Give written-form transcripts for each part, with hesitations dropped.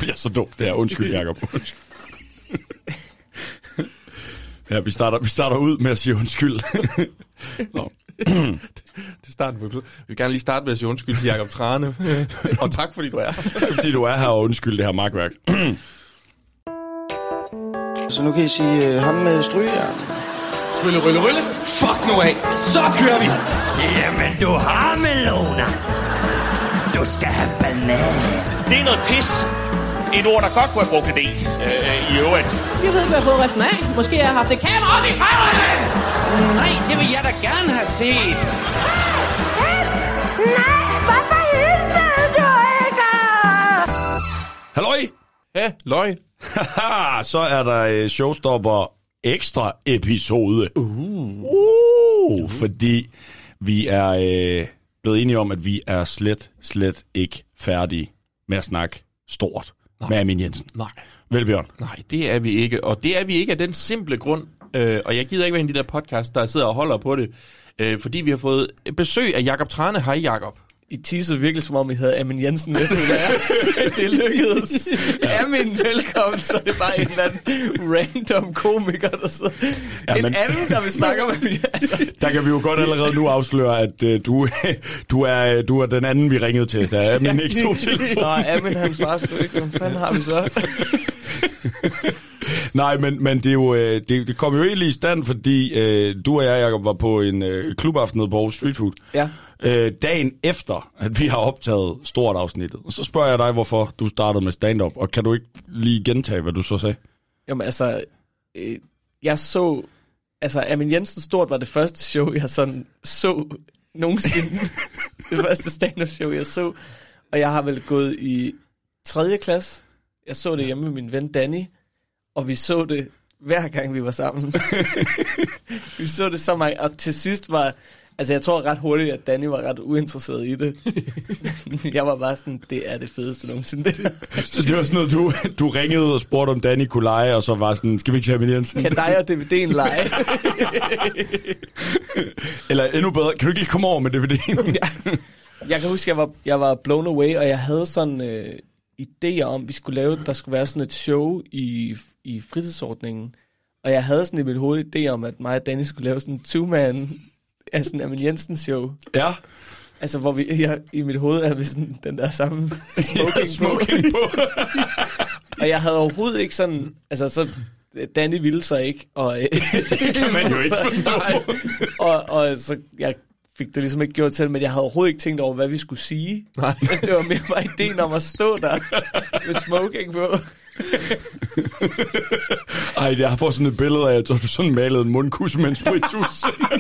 bliver så dumt, det her. Undskyld, Jacob. Ja, vi starter ud med at sige undskyld. Det starten på. Vi vil gerne lige starte med at sige undskyld til Jacob Trane. Og tak fordi du er her. Tak fordi du er her, og undskyld det her markværk. Så nu kan I sige ham med strygejern. Rylle. Fuck nu af. Så kører vi. Jamen, du har meloner. Du skal have banan. Det er noget pis. Et ord, der godt kunne have brugt en i øvrigt. Jeg ved ikke, hvad jeg har fået resten af. Måske jeg har haft et kamera op i røven! Nej, det vil jeg da gerne have set. Nej, hvorfor hilser du ikke? Halløj! Ja, løg. Så er der Showstopper ekstra episode. Fordi vi er blevet enige om, at vi er slet ikke færdige med at snakke stort med Amin Jensen. Nej. Vel, Bjørn? Nej, det er vi ikke. Og det er vi ikke af den simple grund. Og jeg gider ikke være en af de der podcast, der sidder og holder på det. Fordi vi har fået besøg af Jacob Trane. Hej, Jacob. I teaser virkelig, som om I havde Amin Jensen med. Det lykkedes. Amin, velkommen. Så er det bare en eller anden random komiker, der så... En anden, der vil snakke om Amin. Altså. Der kan vi jo godt allerede nu afsløre, at du er den anden, vi ringede til. Der er Amin ikke to telefon. Nå, Amin, han svarer sgu ikke. Hvad fanden har vi så? Nej, men det er jo det kom jo egentlig i stand, fordi du og jeg, Jacob, var på en klubaften nede på Aarhus Street Food. Ja. Dagen efter, at vi har optaget stort afsnittet. Og så spørger jeg dig, hvorfor du startede med stand-up. Og kan du ikke lige gentage, hvad du så sagde? Jamen altså, jeg så... Altså, Amin Jensen Stort var det første show, jeg sådan så nogensinde. Det første stand-up show, jeg så. Og jeg har vel gået i 3. klasse. Jeg så det hjemme med min ven Danny. Og vi så det hver gang, vi var sammen. Vi så det så meget. Og til sidst var... Altså, jeg tror ret hurtigt, at Danny var ret uinteresseret i det. Jeg var bare sådan, det er det fedeste nogensinde. Så det var sådan noget, du ringede og spurgte, om Danny kunne lege, og så var sådan, skal vi ikke have Amin Jensen? Kan dig og DVD'en lege? Eller endnu bedre, kan du ikke lige komme over med DVD'en? Jeg kan huske, jeg var blown away, og jeg havde sådan idéer om, der skulle være sådan et show i fritidsordningen. Og jeg havde sådan i mit hoved idé om, at mig og Danny skulle lave sådan en two-man af sådan Amin Jensen show. Ja. Altså, hvor i mit hoved er vi sådan den der samme smoking på. Og jeg havde overhovedet ikke sådan... Altså, så Danny ville sig ikke, og... det kan man jo ikke forstå. og så jeg fik det ligesom ikke gjort til, men jeg havde overhovedet ikke tænkt over, hvad vi skulle sige. Nej. Det var mere bare ideen om at stå der med smoking på. Ej, jeg har fået sådan et billede af, at du sådan malede en mundkus med en spritus.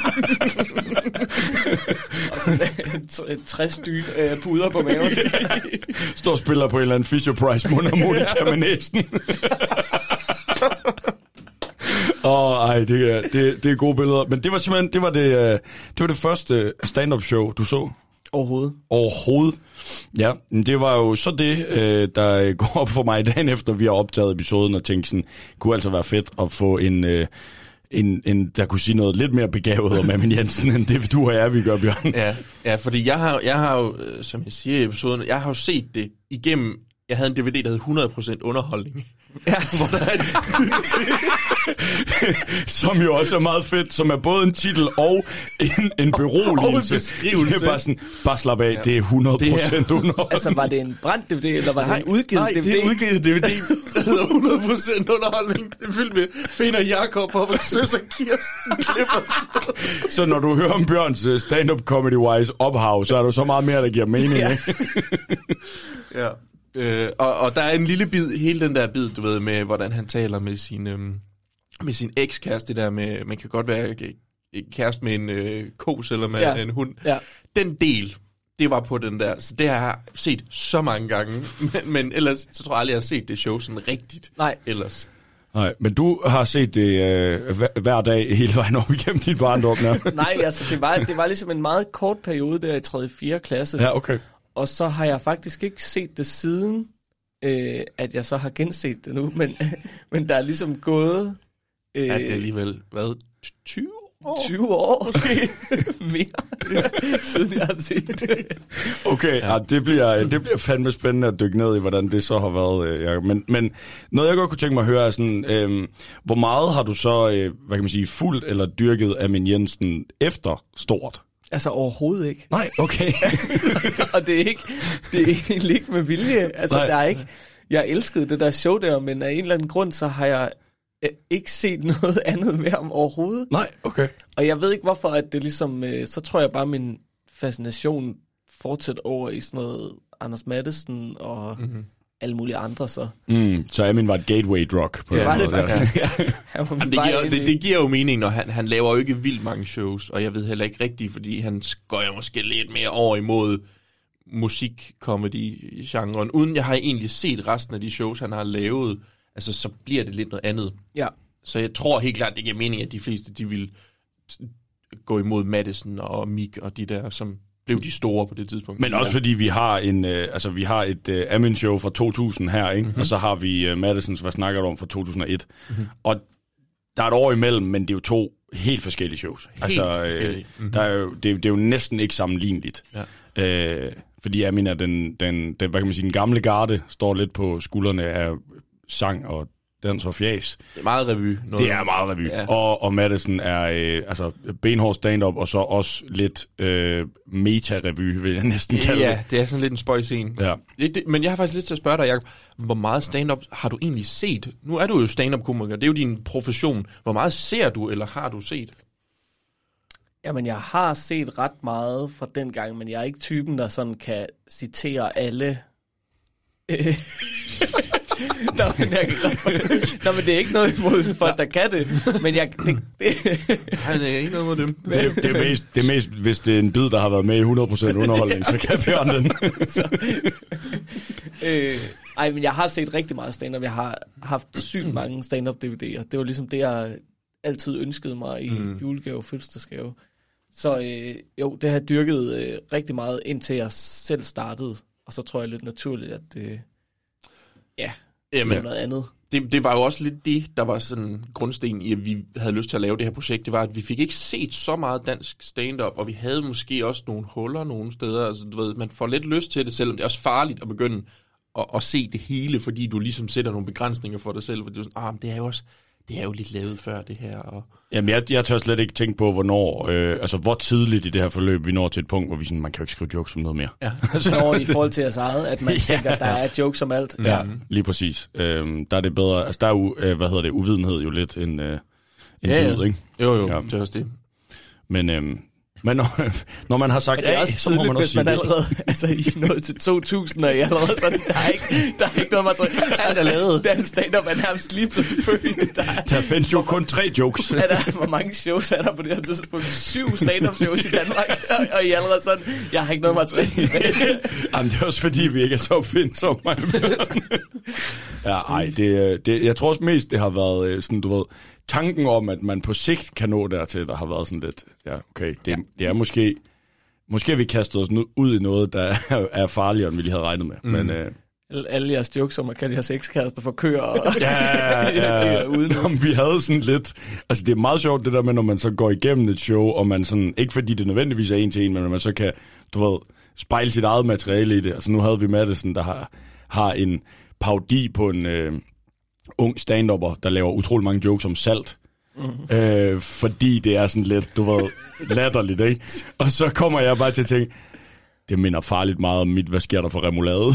Og sådan et 60 puder på maven. Står og spiller på en eller anden Fisher-Price mundharmonika med næsen. Ej, det er gode billeder. Men det var simpelthen, det var det første stand-up show, du så? Overhovedet. Ja, men det var jo så det, der går op for mig dagen efter, vi har optaget episoden, og tænkte sådan, kunne altså være fedt at få en der kunne sige noget lidt mere begavet om Amin Jensen, end det du og jeg, vi gør, Bjørn. Ja, fordi jeg har jo, som jeg siger i episoden, jeg har jo set det igennem. Jeg havde en DVD, der hed 100% underholdning. Ja. Hvor der er som jo også er meget fedt, som er både en titel og en beroligelse. Og en beskrivelse. Det er bare sådan, bare slap af, det er 100% underholdning. Altså, var det en brændt DVD, eller var det en udgivet DVD? Nej, det er en udgivet DVD, der hedder 100% underholdning. Det er fyldt med Finn og Jakob og søster Kirsten klipper. Så når du hører om Bjørns stand-up comedy-wise ophav, så er der så meget mere, der giver mening, ja. Ikke? Ja. Og der er en lille bid, hele den der bid, du ved, med hvordan han taler med sin ekskæreste, der med, man kan godt være kæreste med en kos eller med en hund. Ja. Den del, det var på den der, så det har jeg set så mange gange, men ellers, så tror jeg aldrig, jeg har set det show sådan rigtigt. Nej. Ellers. Nej, men du har set det hver dag hele vejen op igennem dit barndom. Nej, altså det var ligesom en meget kort periode der i 3. og 4. klasse. Ja, okay. Og så har jeg faktisk ikke set det siden, at jeg så har genset det nu. Men der er ligesom gået... Er det alligevel, hvad, 20 20 år måske. Mere, siden jeg har set det. Okay, ja, det bliver fandme spændende at dykke ned i, hvordan det så har været. Jacob. Men noget, jeg godt kunne tænke mig at høre, er sådan, hvor meget har du så, hvad kan man sige, fuldt eller dyrket Amin Jensen efter stort? Altså overhovedet ikke. Nej, okay. Og det er egentlig ikke med vilje. Altså, der er ikke... Jeg elskede det der show der, men af en eller anden grund, så har jeg ikke set noget andet med ham overhovedet. Nej, okay. Og jeg ved ikke, hvorfor at det ligesom... Så tror jeg bare, min fascination fortsætter over i sådan noget Anders Matthesen og alle mulige andre, så... Så Amin var et gateway drug på det den måde. Det faktisk, ja. Det giver jo mening, når han laver jo ikke vildt mange shows, og jeg ved heller ikke rigtigt, fordi han går jo måske lidt mere over imod musik-comedy-genren. Uden jeg har egentlig set resten af de shows, han har lavet, altså så bliver det lidt noget andet. Ja. Så jeg tror helt klart, det giver mening, at de fleste, de vil gå imod Madison og Mick og de der, som blev de store på det tidspunkt. Men også fordi vi har vi har et Amin-show fra 2000 her, ikke? Og så har vi Madisons, hvad snakker du om, fra 2001. Og der er et år imellem, men det er jo 2 helt forskellige shows. Der er jo, det er jo næsten ikke sammenligneligt. Ja. Fordi Amin er den, hvad kan man sige, den gamle garde, står lidt på skuldrene af sang og dans og fjæs. Det er meget revy. Det er meget revy. Ja. Og Madison er benhård stand-up, og så også lidt meta-revy, vil jeg næsten kalde det. Ja, det er sådan lidt en spøj scene. Ja. Men jeg har faktisk lyst til at spørge dig, Jacob, hvor meget stand-up har du egentlig set? Nu er du jo stand-up-komiker, det er jo din profession. Hvor meget ser du, eller har du set? Jamen, jeg har set ret meget fra den gang, men jeg er ikke typen, der sådan kan citere alle... Nå, men det er ikke noget imod folk, der kan det. Men jeg... Det er ikke noget imod dem. Det er mest, hvis det er en bid, der har været med i 100% underholdning, så kan det den. Men jeg har set rigtig meget stand-up. Jeg har haft sygt mange stand-up DVD'er. Det var ligesom det, jeg altid ønskede mig i julegave og fødselsdagsgave. Så jo, det har jeg dyrket rigtig meget, indtil jeg selv startede. Og så tror jeg lidt naturligt, at det var noget andet. Det var jo også lidt det, der var sådan grundsten i, at vi havde lyst til at lave det her projekt. Det var, at vi fik ikke set så meget dansk stand-up, og vi havde måske også nogle huller nogle steder. Altså, du ved, man får lidt lyst til det, selvom det er også farligt at begynde at se det hele, fordi du ligesom sætter nogle begrænsninger for dig selv. Fordi du er sådan, det er jo lidt lavet før det her. Og... Jamen, jeg tør slet ikke tænke på, hvornår, hvor tidligt i det her forløb vi når til et punkt, hvor vi sådan, man kan jo ikke skrive jokes om noget mere. Ja. Så i forhold til os eget, at man tænker, at der er jokes om alt. Ja, lige præcis. Der er det bedre, altså der er uvidenhed jo lidt en død, ikke? Jo, det er også det. Men når man har sagt A, så må man også sige allerede, altså I er nået til 2000, og I allerede sådan, der er ikke noget materiale. Altså, lavet. Den stand-up er nærmest lige blevet født. Der findes jo kun 3 jokes. Hvor mange shows er der på det her tidspunkt? 7 stand-up shows i Danmark, og I er allerede sådan, jeg har ikke noget materiale tilbage. Jamen, det er også fordi, vi ikke er så opfindsomme. Jeg tror også mest, det har været sådan, du ved, tanken om, at man på sigt kan nå dertil, der har været sådan lidt, det er måske vi kastet os nu ud i noget, der er farligere, end vi lige havde regnet med. Men, alle jeres jokes om at kalde jeres ekskærester for køer. Og Om vi havde sådan lidt... Altså, det er meget sjovt, det der med, når man så går igennem et show, og man sådan... Ikke fordi det nødvendigvis er en til en, men når man så kan, du ved, spejle sit eget materiale i det. Altså, nu havde vi Madison, der har en parodi på en... ung stand-upper, der laver utrolig mange jokes om salt. Fordi det er sådan lidt, du ved, latterligt, ikke? Og så kommer jeg bare til at tænke, det minder farligt meget om hvad sker der for remoulade?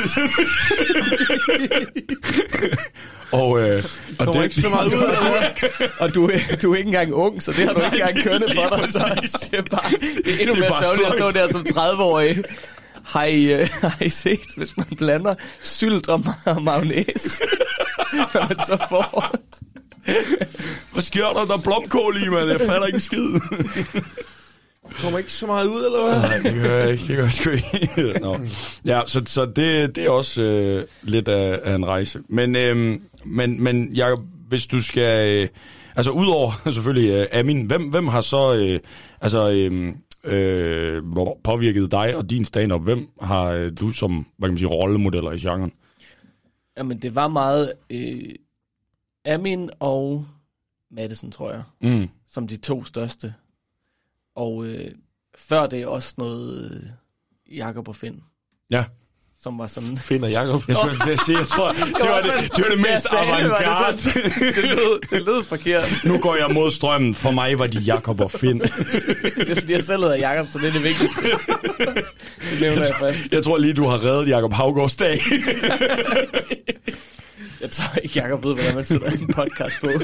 og det er ikke så meget ud af det. Og du er ikke engang ung, så det har du ikke engang kørende for dig. Så det er endnu mere sørgeligt at stå der som 30-årig. Har I set, hvis man blander sylt og mayonnaise, hvad man så får? Hvad sker der er blomkål i, mand? Jeg fatter ikke en skid. Kommer ikke så meget ud, eller hvad? Nej, det gør jeg ikke. Det gør jeg sgu ikke. Nå. Ja, så det er også lidt af en rejse. Men Jacob, hvis du skal... altså, udover selvfølgelig Amin, hvem har så... påvirket dig og din stand-up? Hvem har du som, hvad kan man sige, rollemodeller i genren? Jamen, det var meget Amin og Madison, tror jeg, som de 2 største. Og før det også noget Jakob og Finn. Ja. Som var sådan... Finn og Jakob. Jeg skulle sige, jeg tror, det var det mest avantgarde. Det lød forkert. Nu går jeg mod strømmen. For mig var de Jakob og Finn. Det er fordi, jeg selv hedder Jakob, så det er det vigtigste. Det nævner jeg først. Jeg tror lige, du har reddet Jakob Haugaards dag. Jeg tror ikke, Jakob ved, hvordan man sætter en podcast på.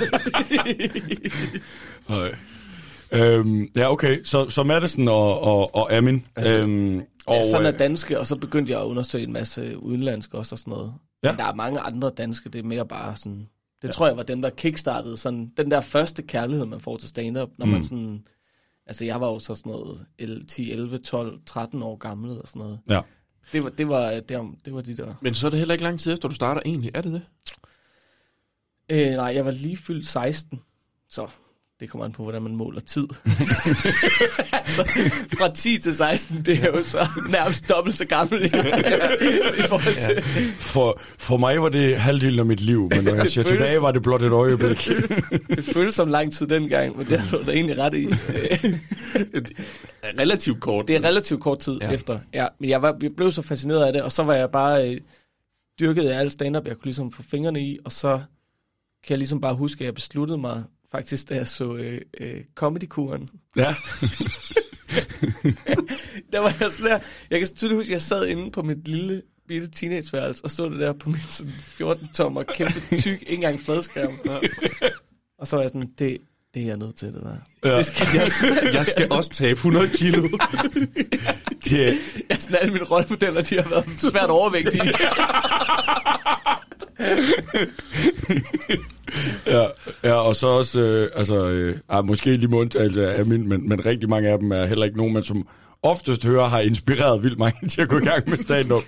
Nej. Ja, okay. Så Madison og Amin. Sådan er danske, og så begyndte jeg at undersøge en masse udenlandske også og sådan noget. Ja. Men der er mange andre danske, det er mere bare sådan... Det tror jeg var dem, der kickstartede sådan... Den der første kærlighed, man får til stand-up, når man sådan... Altså, jeg var jo så sådan noget 10, 11, 12, 13 år gammel og sådan noget. Ja. Det var de der... Men så er det heller ikke lang tid efter, du starter egentlig. Er det det? Nej, jeg var lige fyldt 16, så... Det kommer an på, hvordan man måler tid. Altså, fra 10 til 16, det er jo så nærmest dobbelt så gammel i forhold til... For mig var det halvdelen af mit liv, men når jeg ser tilbage, var det blot et øjeblik. Det føles som lang tid dengang, men det har du da egentlig ret i. Relativt kort. Det er relativt kort tid efter. Ja, men jeg blev så fascineret af det, og så var jeg bare dyrket af alt stand-up, jeg kunne ligesom få fingrene i, og så kan jeg ligesom bare huske, at jeg besluttede mig faktisk, da jeg så Comedy-kuren. Ja. Der var jeg sådan der, jeg kan tydeligt huske, at jeg sad inde på mit lille bitte teenageværelse, og så det der på mit 14-tommer kæmpe tyk, ikke engang fladskærm. Og så var jeg sådan, det er jeg nødt til, det der. Ja. Det skal jeg skal også tabe 100 kilo. Sådan alle mine rollemodeller, de har været svært overvægtige. Ja, og så også, måske lige med undtagelse af Amin, men rigtig mange af dem er heller ikke nogen, man som oftest hører, har inspireret vildt mange til at gå i gang med stand-up.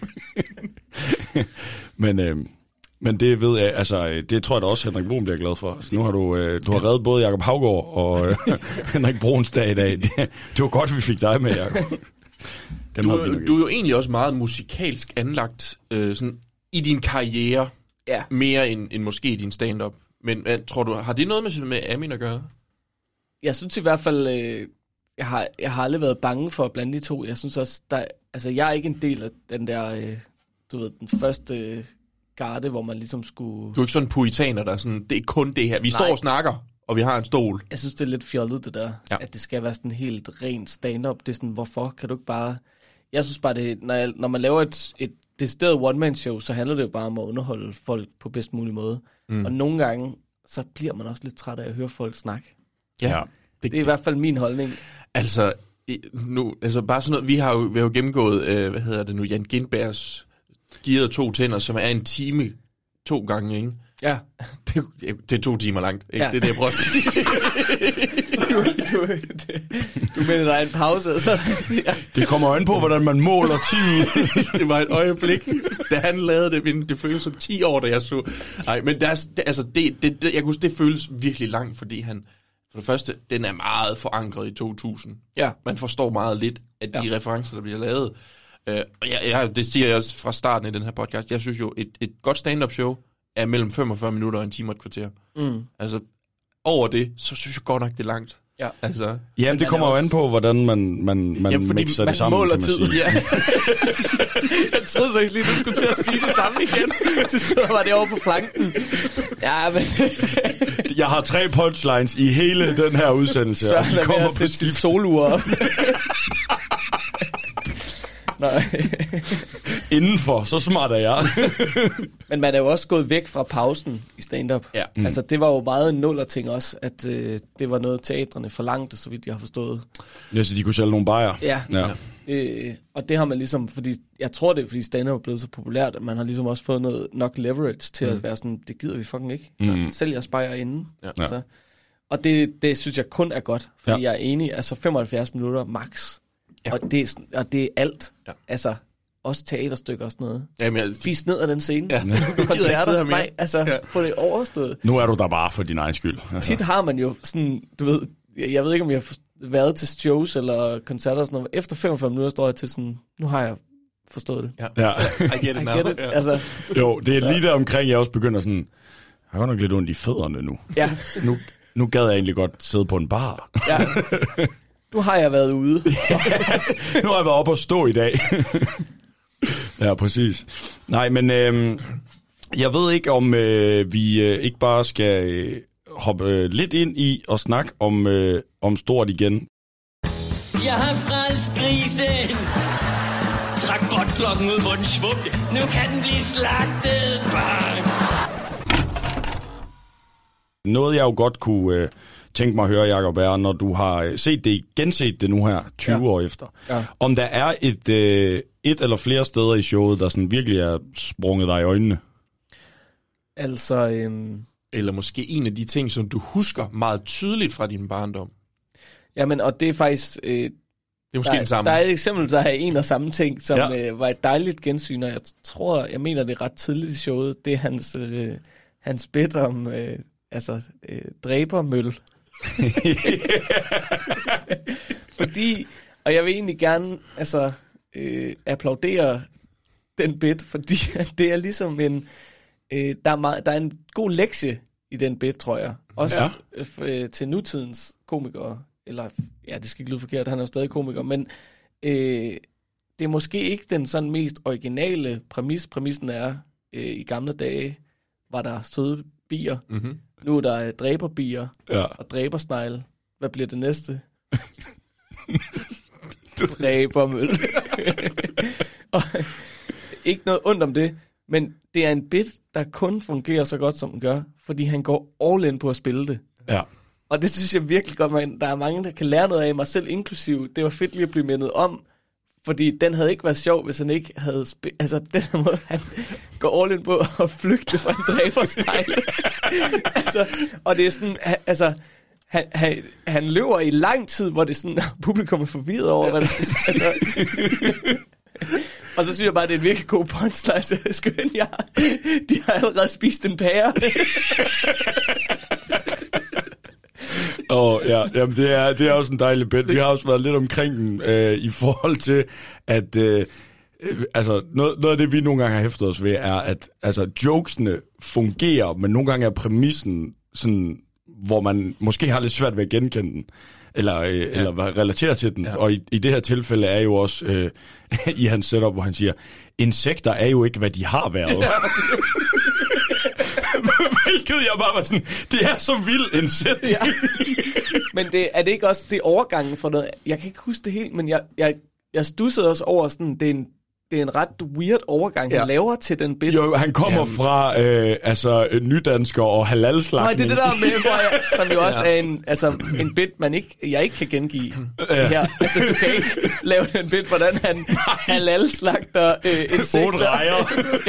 Men det ved jeg, det tror jeg da også, Henrik Brun bliver glad for. Så nu har du har reddet både Jakob Haugaard og Henrik Bruns dag i dag. Det var godt, vi fik dig med, Jakob. Du er jo egentlig også meget musikalsk anlagt sådan, i din karriere, mere end måske i din stand-up. Men tror du, har det noget med Amin at gøre? Jeg synes i hvert fald, jeg har aldrig været bange for at blande de to. Jeg synes også, jeg er ikke en del af den der, den første garde, hvor man ligesom skulle... Du er ikke sådan en puritaner, der er sådan, det er kun det her. Vi står og snakker, og vi har en stol. Jeg synes, det er lidt fjollet, det der. Ja. At det skal være sådan helt rent stand-up. Det er sådan, hvorfor kan du ikke bare... Jeg synes bare, det, når man laver et decideret one-man-show, så handler det jo bare om at underholde folk på bedst mulig måde. Og nogle gange, så bliver man også lidt træt af at høre folk snakke. Ja. Det er i hvert fald min holdning. Altså bare sådan noget, vi har jo gennemgået, Jan Gindbergs Gearet 2 tænder, som er en time 2 gange, ikke? Ja. Det er 2 timer langt, ikke? Ja. Det er det, jeg prøver. Du mener, der er en pause, og så... Ja. Det kommer an på, hvordan man måler tid. Det var et øjeblik, da han lavede det, men det føles som 10 år, da jeg så... Nej, men jeg kunne huske, det føles virkelig langt, fordi han... For det første, den er meget forankret i 2000. Ja. Man forstår meget lidt af de referencer, der bliver lavet. Og det siger jeg også fra starten i den her podcast. Jeg synes jo, et godt stand-up show er mellem 45 minutter og en time og et kvarter. Altså, over det, så synes jeg godt nok, det er langt. Ja. Altså, jamen, det kommer jo an på, hvordan man mixer det sammen, måler kan man sige. Ja. Jeg troede så ikke lige, du skulle til at sige det samme igen. Så var det over på flanken. Ja, men... Jeg har 3 punchlines i hele den her udsendelse. Så lad være at sætte dit solure op. Nej. Indenfor, så smart er jeg. Men man er jo også gået væk fra pausen i stand-up. Ja. Altså, det var jo meget en nuller-ting også, at det var noget, teatrene forlangte, så vidt jeg har forstået. Ja, så de kunne sælge nogle bajer. Ja. Og det har man ligesom, fordi jeg tror, det er, fordi stand-up er blevet så populært, at man har ligesom også fået nok leverage til at være sådan, det gider vi fucking ikke. Sælg jeres bajer inden. Ja. Altså. Og det synes jeg kun er godt, fordi jeg er enig, altså 75 minutter max. Ja. Og det er alt. Ja. Altså, også teaterstykker og sådan noget. Jamen, fis ned af den scene. Ja. Koncerter, nej, altså, få det overstået. Nu er du der bare for din egen skyld. Altså. Tit har man jo sådan, du ved, jeg ved ikke, om jeg har været til shows eller koncerter og sådan noget. Efter 45 minutter står jeg til sådan, nu har jeg forstået det. Ja. I get it now. Altså, jo, det er lige der omkring, jeg også begynder sådan, har godt nok lidt ondt i fødderne nu. Ja. Nu gad jeg egentlig godt sidde på en bar. Ja. Nu har jeg været ude. Nu har jeg været oppe og stå i dag. Ja, præcis. Nej, men jeg ved ikke, om vi ikke bare skal hoppe lidt ind i og snakke om stort igen. Jeg har frelst grisen. Træk godt klokken ud, hvor den svugte. Nu kan den blive slagtet. Bang. Noget, jeg jo godt kunne tænke mig at høre, Jacob, er, når du har genset det nu her, 20 år efter. Ja. Om der er et eller flere steder i showet, der sådan virkelig er sprunget dig i øjnene. Altså... Eller måske en af de ting, som du husker meget tydeligt fra din barndom. Jamen, og det er faktisk... det er måske den samme. Der er et eksempel, der er en og samme ting, som var et dejligt gensyn, og jeg mener det er ret tidligt i showet. Det er hans bit om dræbermøl. Fordi, og jeg vil egentlig gerne applaudere den bit, fordi det er ligesom en... der er en god lektie i den bit, tror jeg. Også til nutidens komikere. Eller, ja, det skal ikke lyde forkert, han er jo stadig komiker, men det er måske ikke den sådan mest originale præmis. Præmissen er, i gamle dage var der søde bier. Mm-hmm. Nu er der dræberbier og dræbersnegle. Hvad bliver det næste? Dræbermøl. Og ikke noget ondt om det, men det er en bit, der kun fungerer så godt, som den gør, fordi han går all in på at spille det. Ja. Og det synes jeg virkelig godt, der er mange, der kan lære noget af, mig selv inklusiv. Det var fedt lige at blive mindet om, fordi den havde ikke været sjov, hvis han ikke havde den her måde, han går all in på at flygte fra en dræbersnegle. Og det er sådan, han løber i lang tid, hvor det er sådan, publikum er forvirret over, hvad der skal Og så synes jeg bare, det er en virkelig god punchline, så skøn jeg. De har allerede spist en pære. Jamen det er også en dejlig bit. Vi har også været lidt omkring den i forhold til, at noget af det, vi nogle gange har hæftet os ved, er, at jokesene fungerer, men nogle gange er præmissen sådan, hvor man måske har lidt svært ved at genkende den. Eller relatere til den. Ja. Og i det her tilfælde er jo også i hans setup, hvor han siger, insekter er jo ikke, hvad de har været. Hvilket jeg bare var sådan, det er så vild en sætning. Ja. Men er det ikke også det overgangen for noget? Jeg kan ikke huske det helt, men jeg stussede også over sådan, det er en ret weird overgang, han laver til den bit. Jo, han kommer fra nydansker og halalslagtning. Nej, det er det der med, som jo også er en bit, jeg ikke kan gengive her. Altså, du kan ikke lave den bit, hvordan han halalslagter insekter.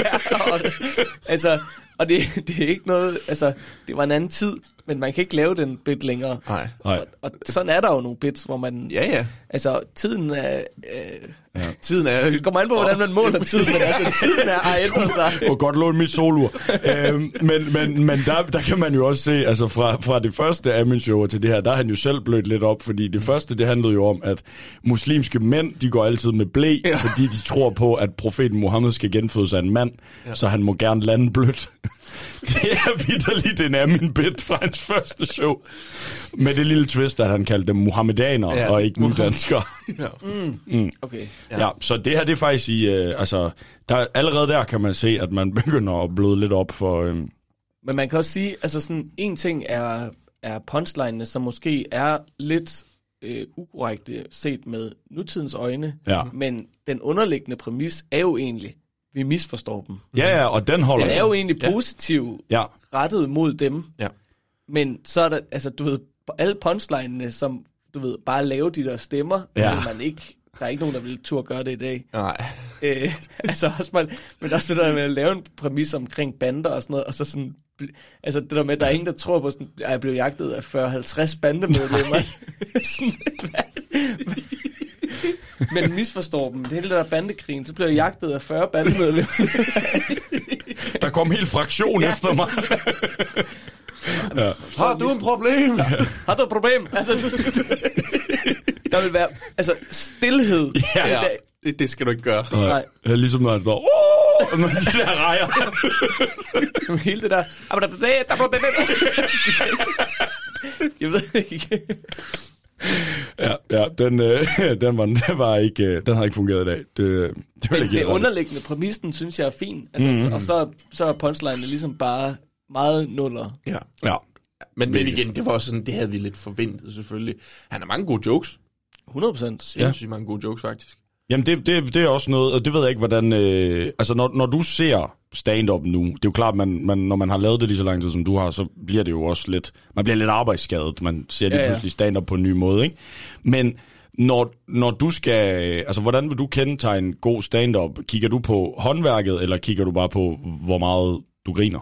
Og det er ikke noget, det var en anden tid, men man kan ikke lave den bit længere. Nej. Og sådan er der jo nogle bits, hvor man... Ja. Tiden er... Tiden er... Det kommer an på, hvordan man måler tiden, men tiden er ændret sig. Og godt låne mit solur. Men der kan man jo også se, fra det første Amin-show til det her, der er han jo selv blødt lidt op, fordi det første, det handlede jo om, at muslimske mænd, de går altid med blæ, fordi de tror på, at profeten Muhammed skal genfødes af en mand, så han må gerne lande blødt. Det er vitterligt en Amin-bit fra hans første show. Med det lille twist, at han kaldte dem muhammedanere og ikke nydanskere. Okay. Ja, så det her, det er faktisk allerede der kan man se, at man begynder at bløde lidt op for... Men man kan også sige, en ting er punchlinene, som måske er lidt ukorrekte set med nutidens øjne, men den underliggende præmis er jo egentlig, vi misforstår dem. Ja, og den holder. Den er jo egentlig positiv rettet mod dem. Ja. Men så er der, du ved, alle punchlinene, som, du ved, bare lave de der stemmer, man ikke... Der er ikke nogen, der vil turde gøre det i dag. Nej. Men også det der med at lave en præmis omkring bander og sådan noget, og så sådan... det der med, at der er ingen, der tror på sådan, at jeg blev jagtet af 40-50 bandemedlemmer. Men misforstår dem. Det hele der bandekrigen, så blev jeg jagtet af 40 bandemedlemmer. Der kom en hel fraktion efter mig. Har du et problem? Har du et problem? Der vil være, altså, stilhed. Ja. Det skal du ikke gøre. Nej. Ligesom når han står, med de der rejer. Hele det der, jeg ved ikke. Ja, den har ikke fungeret i dag. Det underliggende præmissen, synes jeg er fin. Altså, og så er punchline ligesom bare meget nuller. Ja. Men igen, det var også sådan, det havde vi lidt forventet selvfølgelig. Han har mange gode jokes. 100%. Sindssygt mange gode jokes, faktisk. Jamen, det er også noget, og det ved jeg ikke, hvordan... altså, når du ser stand-up nu, det er jo klart, når man har lavet det lige så lang tid, som du har, så bliver det jo også lidt... Man bliver lidt arbejdsskadet, man ser det pludselig stand-up på en ny måde, ikke? Men når du skal... Altså, hvordan vil du kendetegne god stand-up? Kigger du på håndværket, eller kigger du bare på, hvor meget du griner?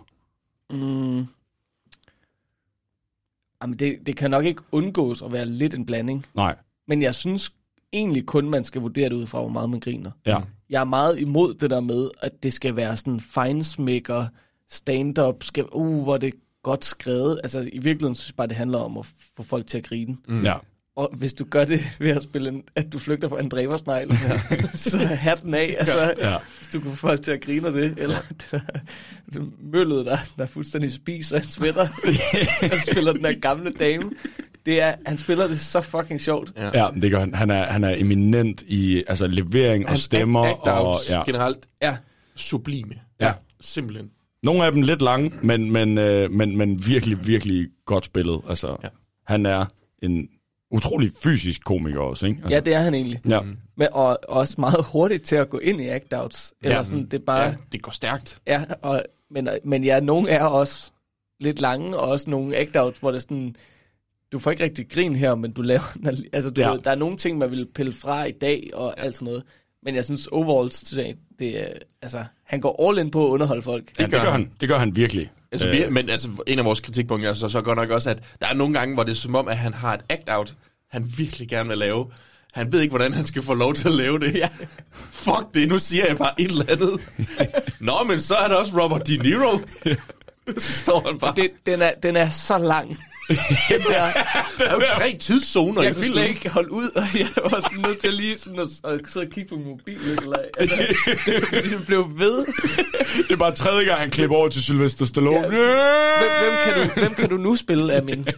Jamen, det kan nok ikke undgås at være lidt en blanding. Nej. Men jeg synes egentlig kun, man skal vurdere det ud fra, hvor meget man griner. Ja. Jeg er meget imod det der med, at det skal være sådan feinsmækker, stand-up, hvor det er godt skrevet. Altså, i virkeligheden synes jeg bare, det handler om at få folk til at grine. Ja. Og hvis du gør det ved at spille at du flygter fra en dræbersnegl, så hatten af. Altså, hvis du kunne få folk til at grine af det, eller det møllet, der er fuldstændig spiser, han sweater, han spiller den der gamle dame. Han spiller det så fucking sjovt. Ja, det gør han. Han er eminent i altså levering og stemmer. Og generelt sublime. Ja. Simpelthen. Nogle af dem lidt lange, men virkelig, virkelig godt spillet. Altså, han er en utrolig fysisk komiker også, ikke? Altså. Ja, det er han egentlig. Ja. Men, og også meget hurtigt til at gå ind i act-outs. Eller sådan, det er bare... Ja, det går stærkt. Ja, men nogle er også lidt lange, og også nogle act-outs, hvor det er sådan... Du får ikke rigtig grin her, men du laver... Altså, ved, der er nogle ting, man vil pille fra i dag, og alt sådan noget. Men jeg synes, overall, det er... Altså, han går all in på at underholde folk. Det gør han virkelig. Altså, men altså, en af vores kritikpunkter er så godt nok også, at der er nogle gange, hvor det er som om, at han har et act-out, han virkelig gerne vil lave. Han ved ikke, hvordan han skal få lov til at lave det. Ja. Fuck det, nu siger jeg bare et eller andet. Nå, men så er der også Robert De Niro. Så står han bare. Den er så lang. Der er jo 3 tidszoner i filmen. Jeg kunne slet ikke holde ud, og jeg var sådan nødt til lige sådan at sidde og kigge på min mobil. Altså, det blev ved. Det er bare 3. gang, han klipper over til Sylvester Stallone. Ja. Hvem kan du nu spille af min?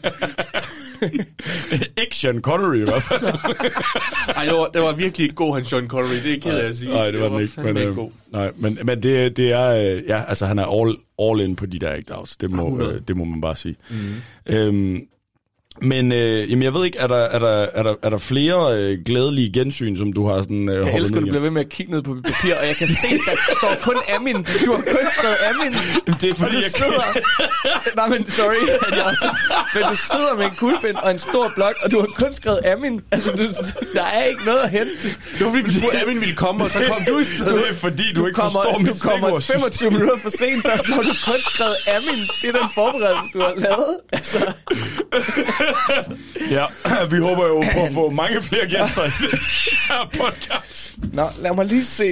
Ikke Sean Connery i hvert fald. Ej, det var virkelig ikke god, han Sean Connery. Det er ked af at sige. Nej, det var den ikke. Men, god. Nej, men det er... Ja, altså han er all in på de der act-outs. Det må man bare sige. Mm-hmm. Men jamen, jeg ved ikke, er der flere glædelige gensyn, som du har sådan... Jeg elsker, at du bliver ved med at kigge ned på mit papir, og jeg kan se, der står kun Amin. Du har kun skrevet Amin. Det er fordi, jeg sidder... Nej, men sorry, at jeg også... Men du sidder med en kuglepen og en stor blok, og du har kun skrevet Amin. Altså, der er ikke noget at hente. Det var fordi, vi troede, Amin ville komme, og så kom du i stedet. Det er fordi, du ikke forstår mit stikord. Du kommer 25 minutter for sent, der har du kun skrevet Amin. Det er den forberedelse, du har lavet. Altså... Ja, vi håber jo på at få mange flere gæster i det her podcast. Nå, lad mig lige se.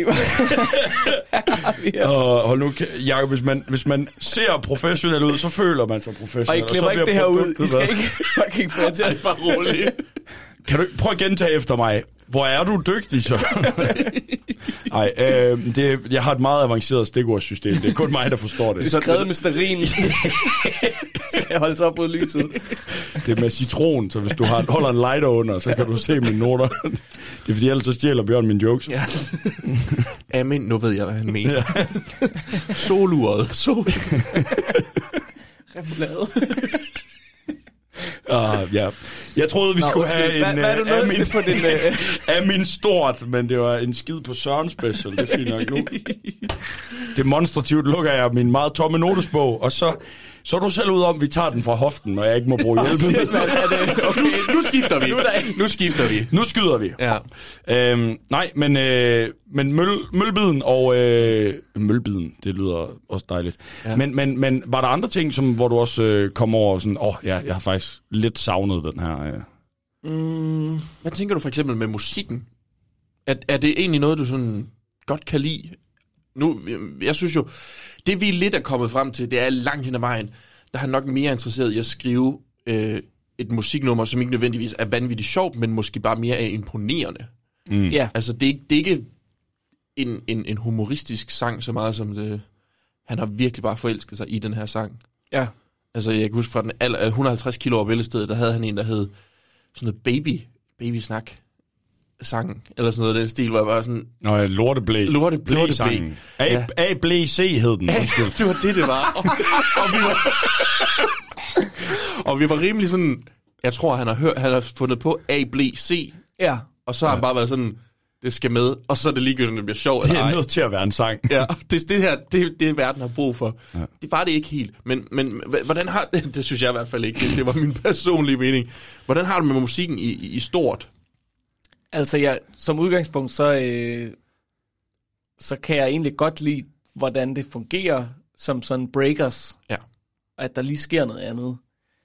Hold nu, Jacob, hvis man ser professionel ud, så føler man sig professionel. Og I klipper ikke det her ud. I skal ikke fucking få til at bare roligt. Kan du prøve at gentage efter mig? Hvor er du dygtig, så? Nej, jeg har et meget avanceret stikordssystem. Det er kun mig, der forstår det. Det er skrevet med stearin. Skal jeg holde sig op mod lyset? Det er med citron, så hvis du holder en lighter under, så kan du se mine noter. Det er fordi, ellers så stjæler Bjørn mine jokes. Ja. Amen, nu ved jeg, hvad han mener. Ja. Soluret. Remoulade. Ja. Jeg troede, vi skulle have en... Hvad er du nødt til på din... Amin stort, men det var en skid på Søren special. Det er fint nok nu. Demonstrativt lukker jeg min meget tomme notesbog, og så er du selv ud om, vi tager den fra hoften, når jeg ikke må bruge hjælpen. Okay, nu skifter vi. Nu skyder vi. Ja. Nej, men mølbiden og... mølbiden, det lyder også dejligt. Ja. Men var der andre ting, hvor du også kom over sådan... jeg har faktisk lidt savnet den her... Hvad tænker du for eksempel med musikken? Er det egentlig noget, du sådan godt kan lide? Nu, jeg synes jo, det vi lidt er kommet frem til, det er langt hen ad vejen, der er nok mere interesseret i at skrive et musiknummer, som ikke nødvendigvis er vanvittigt sjovt, men måske bare mere er imponerende. Ja. Altså, det er ikke en humoristisk sang, så meget som det... Han har virkelig bare forelsket sig i den her sang. Ja. Altså, jeg kan huske fra den 150 kilo over Bæltestedet, der havde han en, der hed sådan noget babysnak sang, eller sådan noget den stil, hvor jeg bare sådan... Nå, lorteblæ-sangen. A-blæ-C hed den. Det var det var. Og vi var rimelig sådan... Jeg tror, han har fundet på A-blæ-C, og så har han bare været sådan... Det skal med, og så er det ligegyldigt, det bliver sjovt. Det er nødt til at være en sang. Ja, det verden har brug for. Ja. Det var det ikke helt. Men hvordan har det synes jeg i hvert fald ikke. Det var min personlige mening. Hvordan har du med musikken i stort? Altså, som udgangspunkt, så kan jeg egentlig godt lide, hvordan det fungerer som sådan breakers. Ja. At der lige sker noget andet.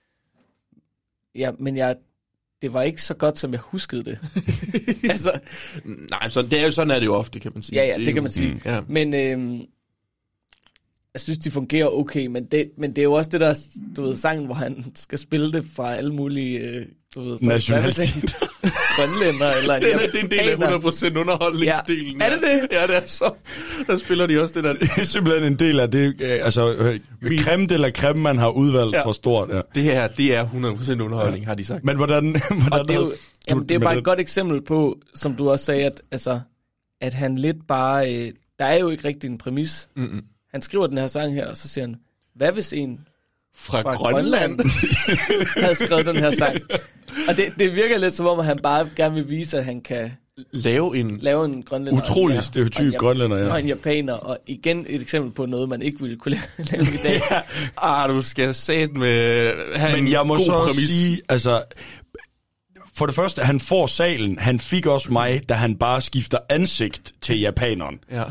Ja, men det var ikke så godt, som jeg huskede det. Altså, nej, sådan er det jo ofte, kan man sige. Ja, det kan man sige. Ja. Men jeg synes, de fungerer okay, men det er jo også det der, du ved, sangen, hvor han skal spille det fra alle mulige, du ved, nationalitet. Grønlænder, eller det er en del af 100% underholdningsstilen. Ja. Er det det? Ja, det er så. Der spiller de også det der. Det er simpelthen en del af det, altså, creme de la creme, man har udvalgt for stort. Ja. Det her, det er 100% underholdning, har de sagt. Men hvordan det er bare et godt eksempel på, som du også sagde, at han lidt bare, der er jo ikke rigtig en præmis. Mm-mm. Han skriver den her sang her, og så siger han, hvad hvis en fra Grønland havde skrevet den her sang? Og det virker lidt som om, at han bare gerne vil vise, at han kan lave en grønlænder. Utrolig stereotyp grønlænder, ja. Og en japaner, og igen et eksempel på noget, man ikke ville kunne lave i dag. Du skal sætte med men jeg må så præmis. Sige, altså... For det første, han får salen. Han fik også mig, da han bare skifter ansigt til japaneren. Ja.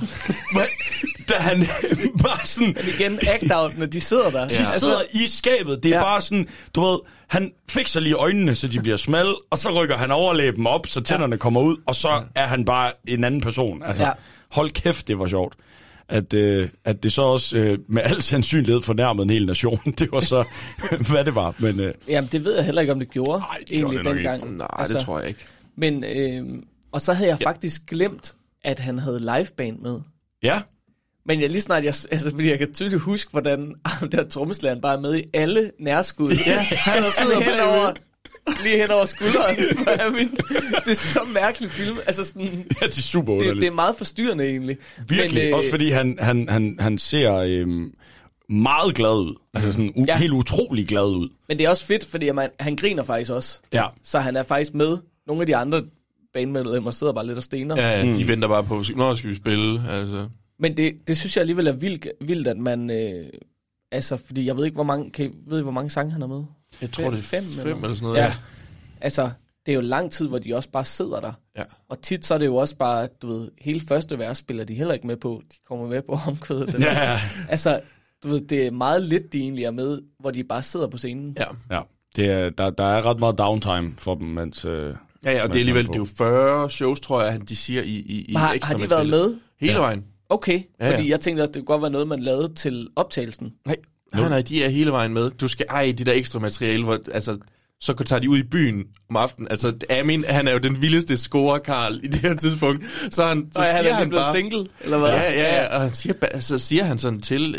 Da han bare sådan... Men igen, act-out, når de sidder der. De sidder i skabet. Det er bare sådan, du ved, han fikser lige øjnene, så de bliver smalle, og så rykker han overlæben op, så tænderne kommer ud, og så er han bare en anden person. Altså, hold kæft, det var sjovt. At det så også med al sandsynlighed fornærmede en hel nation. Det var så, hvad det var. Men, jamen, det ved jeg heller ikke, om det gjorde. Nej, det egentlig gjorde det dengang. Nej, altså, det tror jeg ikke. Men, og så havde jeg faktisk glemt, at han havde liveband med. Ja. Men lige snart, fordi jeg kan tydeligt huske, hvordan der trommeslageren bare er med i alle nærskud. Ja, han sidder lige hen over skulderen. Det er så mærkeligt film. Altså sådan, ja, det er super underligt. Det er meget forstyrrende egentlig. Virkelig, men, også fordi han ser meget glad ud. Altså sådan helt utrolig glad ud. Men det er også fedt, fordi han griner faktisk også. Ja. Så han er faktisk med. Nogle af de andre bandmedlemmer sidder bare lidt og stener. Ja, de venter bare på, når skal vi spille. Altså. Men det synes jeg alligevel er vildt, at man... altså, fordi jeg ved ikke, hvor mange sange han har med? Jeg tror, det er 5 eller sådan noget. Ja. Altså, det er jo lang tid, hvor de også bare sidder der. Ja. Og tit så er det jo også bare, du ved, hele første vers spiller de heller ikke med på. De kommer med på omkvædet. Ja. Altså, du ved, det er meget lidt, de egentlig er med, hvor de bare sidder på scenen. Ja. Der er ret meget downtime for dem, mens... og det er alligevel, det er jo 40 shows, tror jeg, de siger i ekstra har de været med? Hele vejen. Okay, fordi jeg tænkte også, det kunne godt være noget, man lavede til optagelsen. Nej, de er hele vejen med. Du skal de der ekstra materiale, hvor, altså, så tager de ud i byen om aftenen. Altså, Amin, han er jo den vildeste scorer-Karl i det her tidspunkt. Så siger han bare... single, eller hvad? Ja, og så siger han sådan til,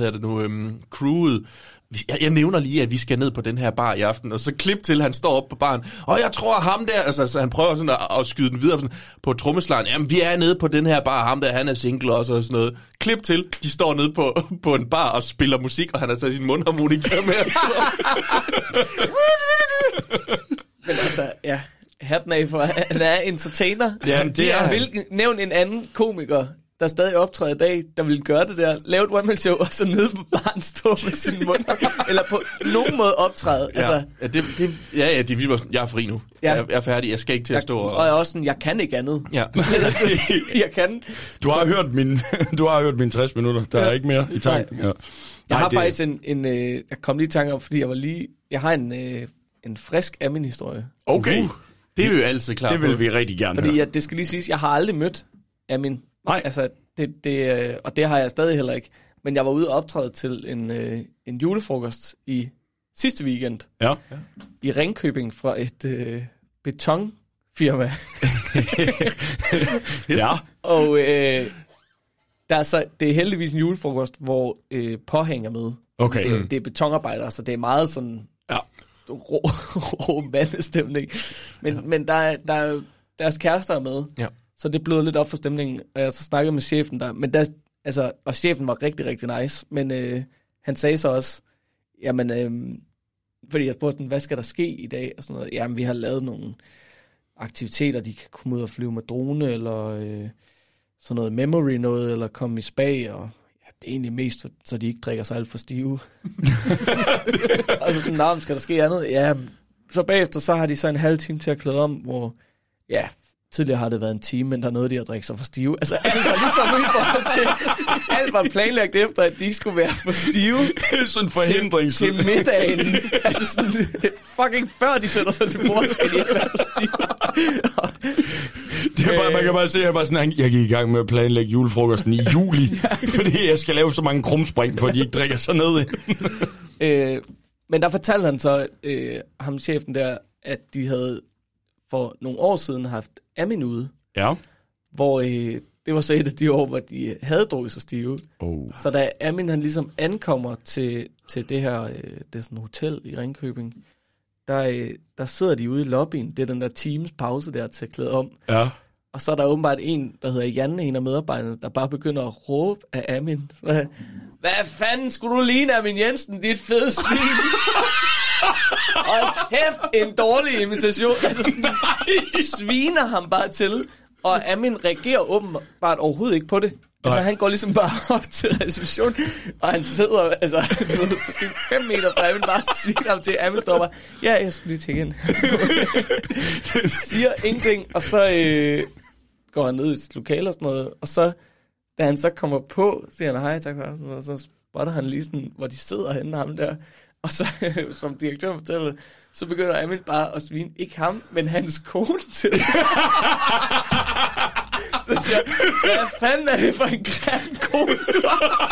crewet, jeg nævner lige, at vi skal ned på den her bar i aften, og så klip til, han står op på baren, og jeg tror ham der, altså så han prøver sådan at skyde den videre sådan, på trommeslageren, jamen vi er nede på den her bar, ham der, han er single også, og sådan noget. Klip til, de står nede på en bar og spiller musik, og han har taget sin mundharmonika med. Men altså, ja, hatten af for, han er entertainer. Jamen, det er... Nævn en anden komiker, der stadig optræder i dag, der vil gøre det der, lave et one-man-show, og så nede på baren stå med sin mund, eller på nogen måde optræde. Ja, altså, jeg er fri nu. Ja. Jeg er færdig, jeg skal ikke til at stå. Og jeg er også sådan, jeg kan ikke andet. Ja. Jeg kan. Du har hørt mine 60 minutter, der er ikke mere i tanken. Ja. Jeg har faktisk jeg kom lige i tanke om, fordi jeg har en frisk Amin-historie. Okay. Det er jo altid klart. Det vil vi rigtig gerne høre. Fordi det skal lige siges, jeg har aldrig mødt Amin. Nej. Altså, og det har jeg stadig heller ikke. Men jeg var ude og optræde til en julefrokost i sidste weekend Ja. i Ringkøbing fra et betonfirma. Ja. Og der er så, det er heldigvis en julefrokost, hvor påhæng er med. Okay. Det er betonarbejdere, så det er meget sådan rå mandestemning. Men der er deres kærester er med, så det bløder lidt op for stemningen. Og jeg så snakkede med chefen der, men og chefen var rigtig, rigtig nice, men han sagde så også, jamen, fordi jeg spurgte den, hvad skal der ske i dag? Og sådan noget. Jamen, vi har lavet nogle aktiviteter, de kan komme ud og flyve med drone, eller sådan noget memory noget, eller komme i spa, og det er egentlig mest, så de ikke drikker sig alt for stive. Og så sådan, skal der ske andet? Ja, så bagefter, så har de så en halv time til at klæde om, hvor, tidligere har det været en time, men der nåede de at drikke sig for stive. Altså, alt var ligesom i forhold til, alt var planlagt efter, at de skulle være for stive. Sådan en forhindring. Til middagen. Altså sådan, fucking før de sætter sig til bord, skal de ikke være for stive. Det er bare, man kan bare se, at jeg gik i gang med at planlægge julefrokosten i juli, fordi jeg skal lave så mange krumspring, for de ikke drikker sig ned. Men der fortalte han så, ham chefen der, at de havde for nogle år siden haft Amin ude. Ja. Hvor det var så et af de år, hvor de havde drukket sig stive. Så da Amin han ligesom ankommer til det her, det er sådan et hotel i Ringkøbing, der sidder de ude i lobbyen. Det er den der Teams pause der til at klæde om. Ja. Og så er der åbenbart en, der hedder Janne, en af medarbejderne, der bare begynder at råbe af Amin. Hvad fanden skulle du ligne, Amin Jensen, dit fede svin? Og kæft, en dårlig imitation. Altså sådan, sviner ham bare til. Og Amin reagerer åbenbart overhovedet ikke på det. Altså han går ligesom bare op til reception, og han sidder, altså, du ved, 5 meter fra Amin, bare sviner ham til. Amin står bare, jeg skulle lige tjekke ind. Siger ingenting, og så går han ned i sit lokale og sådan noget. Og så, da han så kommer på, siger han, hej, tak for det, og så spotter han lige sådan, hvor de sidder henne ham der. Og så, som direktøren fortæller, så begynder Amin bare at svine, ikke ham, men hans kone til. Så siger jeg, hvad fanden er det for en grim kone, du har?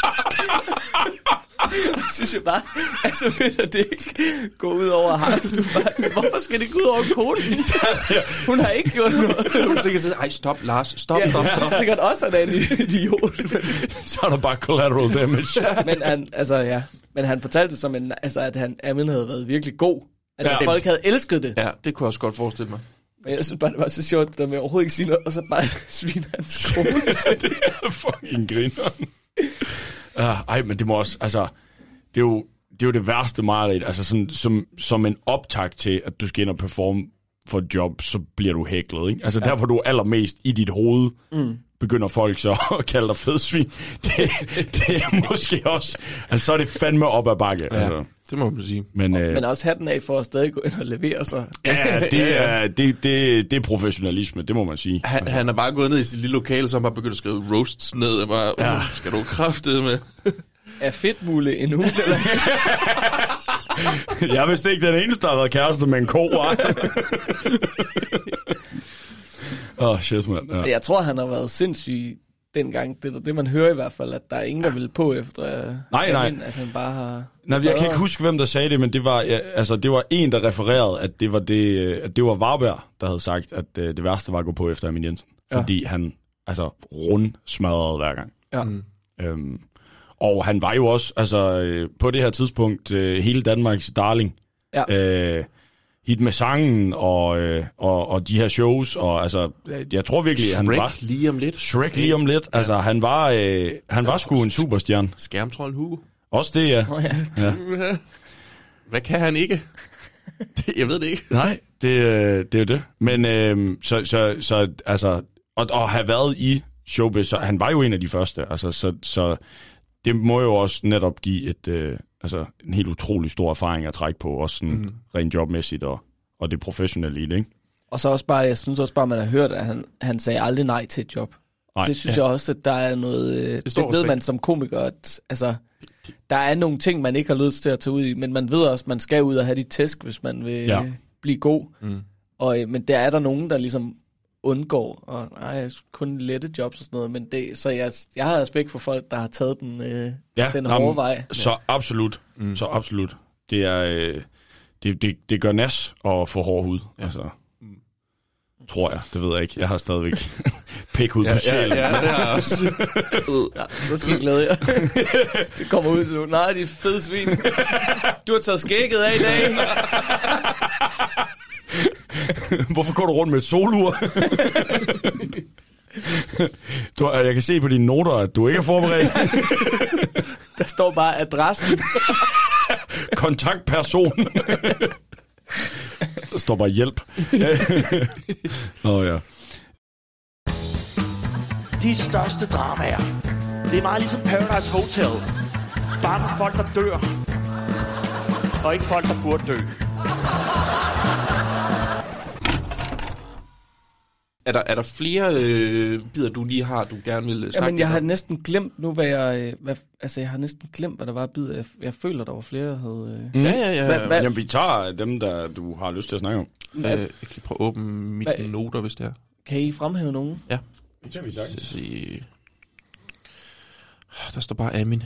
Og så synes jeg bare, altså finder det ikke gå ud over ham. Hvorfor skal det gå ud over konen? Hun har ikke gjort noget. Hun sikkert siger, ej stop Lars, stop. Så er sikkert også, at han er en idiot. Så er der bare collateral damage. Men han fortalte det som en, altså, at Amin havde været virkelig god. Altså folk havde elsket det. Ja, det kunne jeg også godt forestille mig. Men jeg synes bare, det var så sjovt, der med overhovedet ikke sige noget, og så bare sviner hans kone. Det er fucking grineren. Ej, men det må også, altså, det er jo det værste mareridt, altså sådan, som en optakt til, at du skal ind og performe for et job, så bliver du hæklet, ikke? Altså der, hvor du er allermest i dit hoved, begynder folk så at kalde dig fedsvin. Det er måske også, altså så er det fandme op ad bakke. Ja, altså. Det må man sige. Men også hatten af for at stadig gå ind og levere sig. Ja, det er professionalisme, det må man sige. Han er bare gået ned i sit lille lokale, så han bare begyndt at skrive roasts ned, og bare, skal du kraftede med? Er fedtmule en hund, eller? Jeg vidste ikke, den eneste, der har været kæreste med en ko. Shit, man. Ja. Jeg tror, han har været sindssyg dengang. Det man hører i hvert fald, at der er ingen, der vil på efter, nej. At han bare har... Nej, jeg kan ikke huske, hvem der sagde det, men det var, det var en, der refererede, at det var Varberg, der havde sagt, at det værste var at gå på efter Amin Jensen. Fordi han rundsmadrede hver gang. Ja. Og han var jo også, på det her tidspunkt, hele Danmarks darling. Ja. Hit med sangen og de her shows, og jeg tror virkelig, han var... Shrek lige om lidt. Altså, han var sgu en superstjerne. Skærmtrollen Hugo. Også det, ja. Ja. Hvad kan han ikke? Jeg ved det ikke. Nej, det er jo det. Men og have været i showbiz, så han var jo en af de første. Så det må jo også netop give en helt utrolig stor erfaring at trække på, også sådan rent jobmæssigt og det professionelle i det, ikke? Og så også bare, jeg synes også bare, man har hørt, at han sagde aldrig nej til et job. Nej. Det synes jeg også, at der er noget... Det ved man som komiker, at der er nogle ting, man ikke har lyst til at tage ud i, men man ved også, at man skal ud og have de tæsk, hvis man vil blive god. Men der er der nogen, der ligesom undgår, og kun lette jobs og sådan noget, men så jeg har respekt for folk, der har taget den hårde vej. Så absolut. Så absolut. Det er... Det gør nas at få hård hud. Ja. Altså, tror jeg. Det ved jeg ikke. Jeg har stadigvæk pækhud på sjælen. Ja, det har jeg også. Nu skal jeg glæde jer. Det kommer ud til nu. Nej, det er fede svin. Du har taget skægget af i dag. Hvorfor går du rundt med et solur? Jeg kan se på dine noter, at du ikke er forberedt. Der står bare adressen. Kontaktperson. Der står bare hjælp. Ja. De største dramaer. Det er meget ligesom Paradise Hotel. Bare med folk, der dør. Og ikke folk, der burde dø. Er der flere bidder, du lige har, du gerne vil snakke? Jamen, jeg har næsten glemt nu, jeg har næsten glemt, hvad der var bidder. Jeg føler, der var flere, jeg havde... Ja. Jamen, vi tager dem, der du har lyst til at snakke om. Jeg kan lige prøve at åbne mine noter, hvis det er. Kan I fremhæve nogen? Ja. Det kan vi sagtens. Der står bare Amin.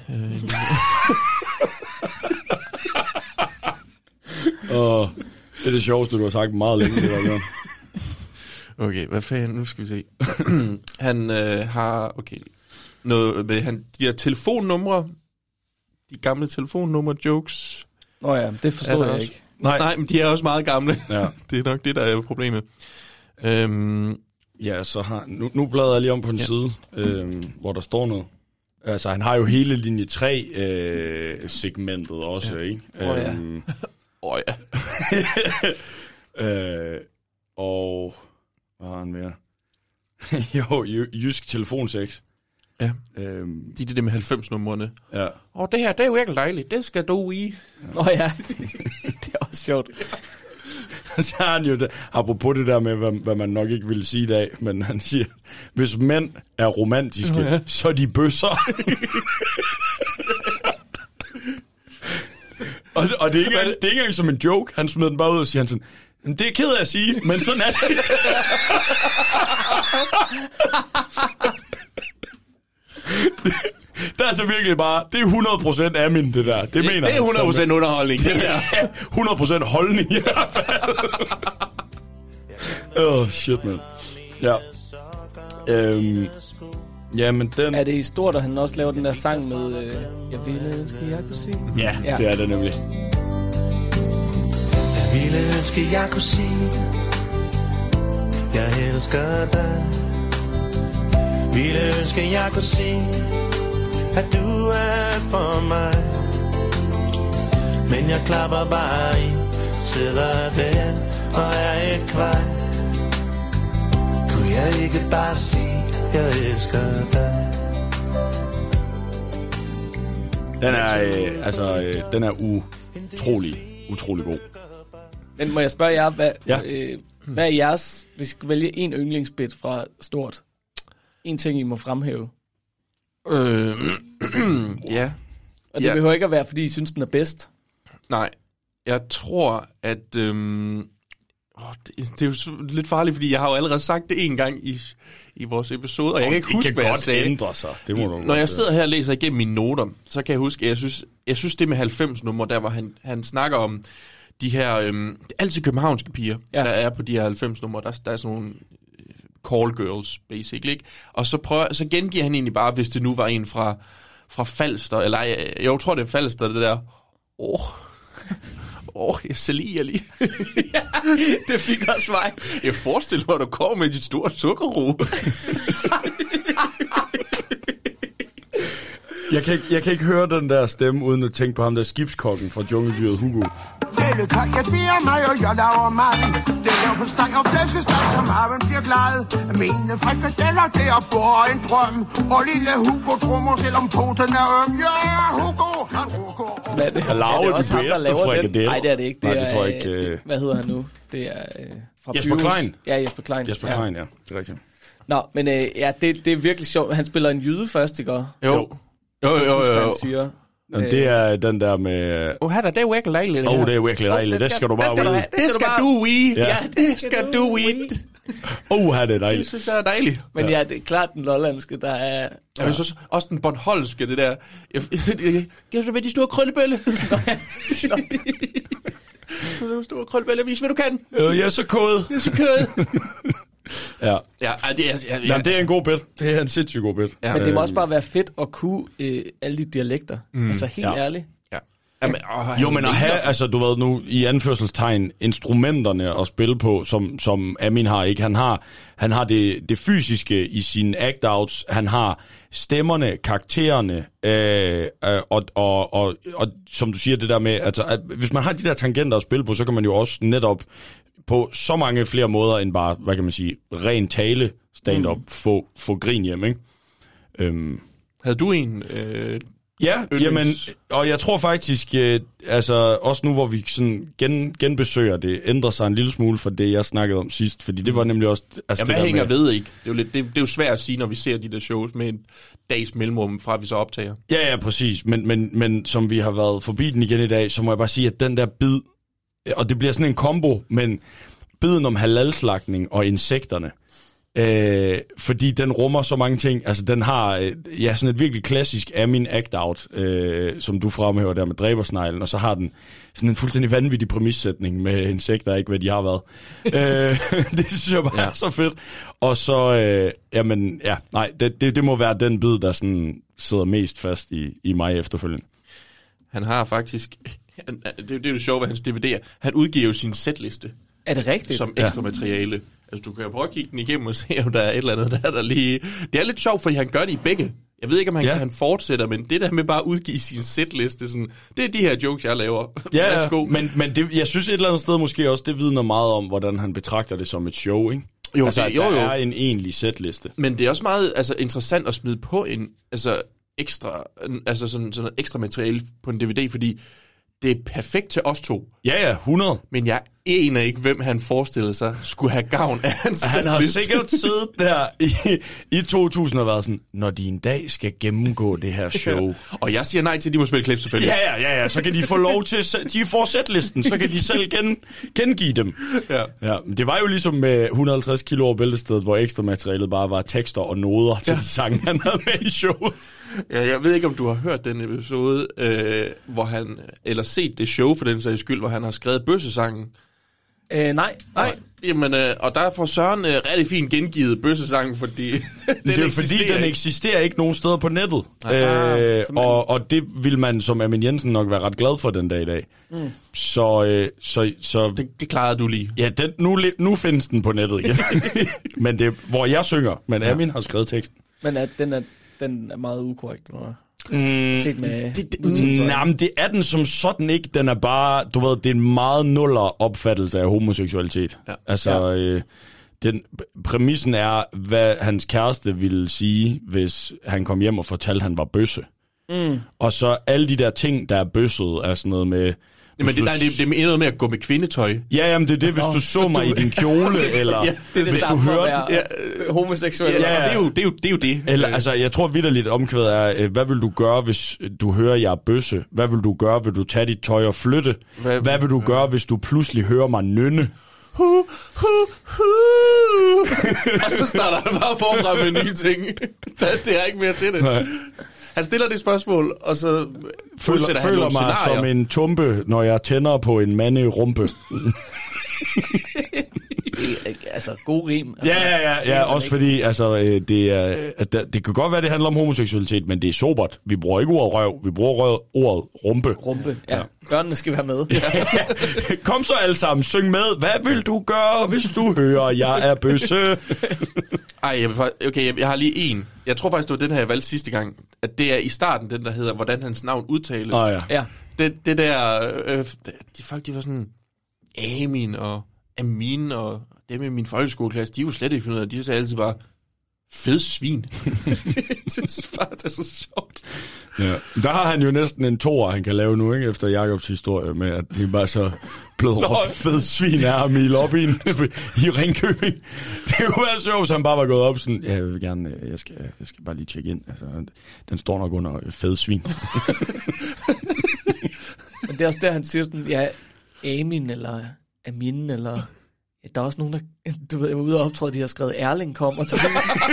Det er det sjoveste, du har sagt meget længe. Det der, Okay, hvad fanden? Nu skal vi se. Han har... Okay. Noget med de her telefonnumre. De gamle telefonnumre jokes. Nå ja, det forstår jeg ikke. Nej, men de er også meget gamle. Ja. Det er nok det, der er problemet. Ja, så har... Nu bladrer jeg lige om på en side, hvor der står noget. Altså, han har jo hele linje 3 segmentet også, ikke? Ja. Og... Hvad har han mere? Jo, Jysk Telefonsex. Ja. De er det med 90-numrene. Ja. Det her, det er jo virkelig dejligt. Det skal du i. Nå ja, det er også sjovt. Så har han jo det, apropos det der med, hvad man nok ikke ville sige i dag, men han siger, hvis mænd er romantiske, så er de bøsser. og det er ikke engang som en joke. Han smed den bare ud og siger, han sådan, det er ked af at sige, men sådan er det. Der er altså virkelig bare, det er 100% Amin, det der. Det mener det er 100% underholdning. Det er 100% holdning i hvert fald. Shit, man. Ja. Ja, men den... Er det i stort, at han også laver den der sang med, jeg ville ønske, jeg kunne sige? Ja, det er det nemlig. Jeg ville ønske, jeg kunne sige, jeg elsker dig. Ville ønske, jeg kunne sige, at du er for mig. Men jeg klapper bare i, sidder der og er et kvej. Kunne jeg ikke bare sige, jeg elsker dig? Den er utrolig god. Men må jeg spørge jer, hvad er jeres, hvis I skal vælge en yndlingsbit fra stort? En ting, I må fremhæve. Ja. Og det behøver ikke at være, fordi I synes, den er bedst. Nej. Jeg tror, at... det er jo lidt farligt, fordi jeg har jo allerede sagt det en gang i vores episode, og jeg kan ikke huske, hvad jeg sagde. Ændre sig. Det må du Når jeg sidder her og læser igennem mine noter, så kan jeg huske, at jeg synes det med 90-nummer, der hvor han snakker om de her... altid københavnske piger, der er på de her 90-nummer. Der er sådan nogle call girls, basically, ikke? Og så gengiver han egentlig bare, hvis det nu var en fra Falster, eller jeg tror, det er Falster, det der... jeg sælger lige. Det fik også mig. Jeg forestiller mig, at du kommer med dit store sukkerro. Jeg kan ikke høre den der stemme, uden at tænke på ham der skibskokken fra Djungeldyret Hugo. Det er mig, og jeg laver mad. Det er på steg og flæskesteg, som arven bliver glad. Mine frikadeller, det er bare en drøm. Og lille Hugo trummer, selvom poten er øm. Ja, Hugo, han rukker. Hvad er det? Er det også ham, der laver den? Nej, det er det ikke. Det tror jeg ikke. Hvad hedder han nu? Det er fra Jesper Klein. Ja, Jesper Klein. Jesper Klein, ja. Det er rigtigt. Nå, men det er virkelig sjovt. Han spiller en jyde først, ikke? Jo. Han siger... Det er den der med... det er virkelig dejligt. Det er virkelig dejligt. Det skal du bare ud. Det skal du i. Ja, det skal du i. Det er dejligt. Det synes jeg er dejligt. Men ja, det er klart den lollandske, der er... Jeg synes også den bornholmske, det der... Jeg vil de store krøllebølle. Du store krøllebølle, vis hvad du kan. Jeg er så kode. Ja. Det er en god bit. Det er en sindssygt god bit. Ja. Men det må også bare være fedt at kunne alle de dialekter. Altså helt ærligt. Ja. Men at have, altså du ved nu, i anførselstegn, instrumenterne at spille på, som Amin har, ikke? Han har det fysiske i sine act-outs, han har stemmerne, karaktererne, og som du siger, det der med, altså, at hvis man har de der tangenter at spille på, så kan man jo også netop på så mange flere måder end bare, hvad kan man sige, ren tale stand-up, få grin hjem, ikke? Havde du en... Ja, jamen, og jeg tror faktisk, altså også nu, hvor vi sådan genbesøger det, ændrer sig en lille smule fra det, jeg snakkede om sidst, fordi det var nemlig også... Altså, hvad hænger ved, ikke? Det er jo svært at sige, når vi ser de der shows med en dags mellemrum, fra vi så optager. Ja, præcis, men som vi har været forbi den igen i dag, så må jeg bare sige, at den der bid, og det bliver sådan en kombo, men biden om halalslagtning og insekterne, fordi den rummer så mange ting. Altså den har sådan et virkelig klassisk Amin act-out, som du fremhæver der med dræbersneglen, og så har den sådan en fuldstændig vanvittig præmissætning med insekter, ikke hvad de har været. Det synes jeg bare er så fedt. Og så, det må være den bid, der sådan sidder mest fast i mig efterfølgende. Han har faktisk, det er jo sjovt ved hans DVD'er, han udgiver jo sin setliste. Er det rigtigt? Som ekstra materiale. Altså, du kan jo prøve at kigge den igennem og se, om der er et eller andet, der lige... Det er lidt sjovt, fordi han gør det i begge. Jeg ved ikke, om han fortsætter, men det der med bare at udgive sin setliste, sådan, det er de her jokes, jeg laver. Ja, men det, jeg synes et eller andet sted måske også, det vidner meget om, hvordan han betragter det som et show, ikke? Jo, altså, der er en egentlig setliste. Men det er også meget interessant at smide på en ekstra, sådan ekstra materiale på en DVD, fordi det er perfekt til os to. Ja, 100. Men jeg aner ikke, hvem han forestillede sig skulle have gavn af hans setliste. Han har sikkert siddet der i 2000 og været sådan, når de en dag skal gennemgå det her show. Og jeg siger nej til, at de må spille klip selvfølgelig. Ja, så kan de få lov til, de får setlisten, så kan de selv gengive dem. Ja. Det var jo ligesom med 150 kilo over bæltestedet, hvor ekstra materialet bare var tekster og noder til de sange, han havde med i showet. Ja, jeg ved ikke, om du har hørt den episode, hvor han, eller set det show for den sags skyld, hvor han har skrevet bøssesangen. Nej. Jamen, og der får Søren rigtig fint gengivet bøssesangen, fordi det er fordi, den eksisterer ikke nogen steder på nettet. Og det vil man som Amin Jensen nok være ret glad for den dag i dag. Så det klarede du lige. Ja, nu findes den på nettet igen. Men det hvor jeg synger, men Amin har skrevet teksten. Men den er meget ukorrekt, eller set med... men det er den som sådan ikke. Den er bare, du ved, det er en meget nuller opfattelse af homoseksualitet. Ja. Altså, præmissen er, hvad hans kæreste ville sige, hvis han kom hjem og fortalte, at han var bøsse. Og så alle de der ting, der er bøsset, er sådan noget med... Men det er noget med at gå med kvindetøj. Ja, jamen det er det, hvis du så mig i din kjole, eller hvis du hører... homoseksuel. Ja, det er jo det. Eller, altså, jeg tror vitterligt omkvædet er, hvad vil du gøre, hvis du hører, jeg er bøsse? Hvad vil du gøre? Vil du tage dit tøj og flytte? Hvad vil du gøre, hvis du pludselig hører mig nynne? Og så starter han bare forfra med nye ting. Det er ikke mere til det. Nej. Han stiller det spørgsmål, og så føler mig som en tumpe, når jeg tænder på en manderumpe. Altså, god rim. Ja, også fordi, altså, det kan godt være, det handler om homoseksualitet, men det er sobert. Vi bruger ikke ordet røv, vi bruger ordet rumpe. Rumpe, ja. Børnene skal være med. Kom så alle sammen, syng med. Hvad vil du gøre, hvis du hører, jeg er bøsse? Jeg har lige en. Jeg tror faktisk, det var den her, jeg valgte sidste gang. At det er i starten, den der hedder, hvordan hans navn udtales. Ja. Det der, de folk, de var sådan, Amin og Amin og dem i min folkeskoleklasse, de er jo slet ikke fundet ud af, de sagde altid bare, fed svin. Det er så sjovt. Ja. Der har han jo næsten en toer, han kan lave nu, ikke? Efter Jacobs historie med, at de bare så blevet råbt fed svin af ham i lobbyen i Ringkøbing. Det er jo altså sjovt, hvis han bare var gået op sådan, jeg vil gerne, jeg skal bare lige tjekke ind. Altså, den står nok under fed svin. Men det er også der, han siger sådan, ja, Amin eller Amin eller Der er også nogen, der, du ved, jeg var ude og optræde, de har skrevet, Erling kommer til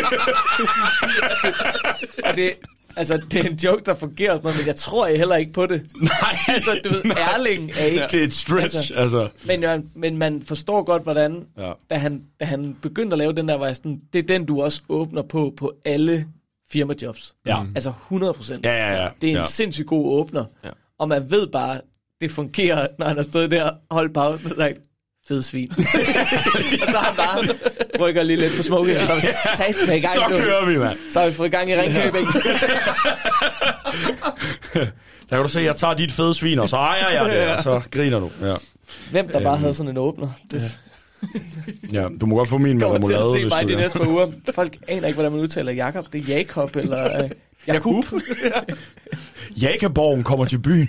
og det er en joke, der fungerer sådan noget, men jeg tror heller ikke på det. Nej. Altså, du ved, Erling er ikke... Det er et stretch, altså. Men man forstår godt, hvordan, da han begyndte at lave den der, var jeg sådan, det er den, du også åbner på alle firmajobs. Ja. Altså 100%. Ja. Det er en sindssygt god åbner. Ja. Og man ved bare, det fungerer, når han har stået der, holdt pause og sagt, fed svin. Og så har han bare rykker lige lidt på smoking, og så er vi sat med i gang. Så kører vi, mand. Så har vi fået i gang i Ringkøbing. Der kan du se, jeg tager dit fede svin, og så ejer jeg det, og så griner du. Ja. Hvem der bare havde sådan en åbner? Ja, du må godt få min med remoulade. Kommer til at se mig de næste par uger. Folk aner ikke, hvordan man udtaler Jakob. Det er Jakob, eller Jakub. Jakaborgen kommer til byen.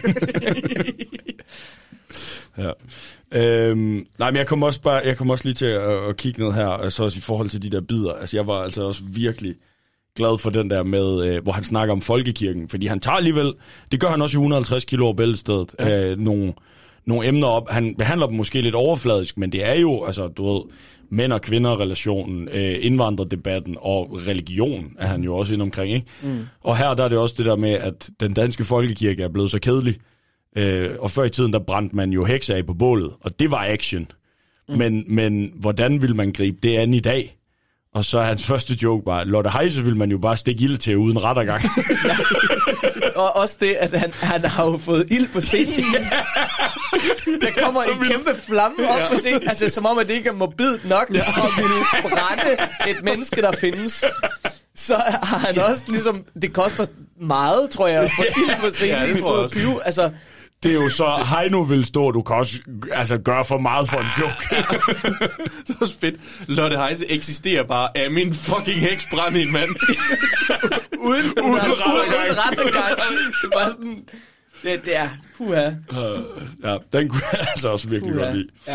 Ja. Nej, men jeg kom også lige til at kigge ned her, altså også i forhold til de der bidder. Altså, jeg var altså også virkelig glad for den der med, hvor han snakker om folkekirken, fordi han tager alligevel, det gør han også i 150 kilo over bæltestedet, nogle emner op. Han behandler dem måske lidt overfladisk, men det er jo, altså, du ved, mænd- og kvinder-relationen, indvandrerdebatten og religion er han jo også inde omkring, ikke? Mm. Og her der er det også det der med, at den danske folkekirke er blevet så kedelig, og før i tiden, der brændte man jo hekse af på bålet, og det var action. Men hvordan vil man gribe det an i dag? Og så er hans første joke bare, Lotte Heise vil man jo bare stikke ild til uden rettergang. Og også det, at han har jo fået ild på scenen. Der kommer en kæmpe flamme op på scenen, altså som om, at det ikke er morbidt nok at ville brænde et menneske, der findes. Så har han også ligesom, det koster meget, tror jeg, at få ild på scenen. Altså, det er jo så, Heino vil stå, du kan også gøre for meget for en joke. Det er også fedt. Lotte Heise eksisterer bare af min fucking heksbrand en mand. uden rettegang. Det er bare sådan, det er, puha. Ja, den kunne jeg altså også virkelig godt lide. Ja.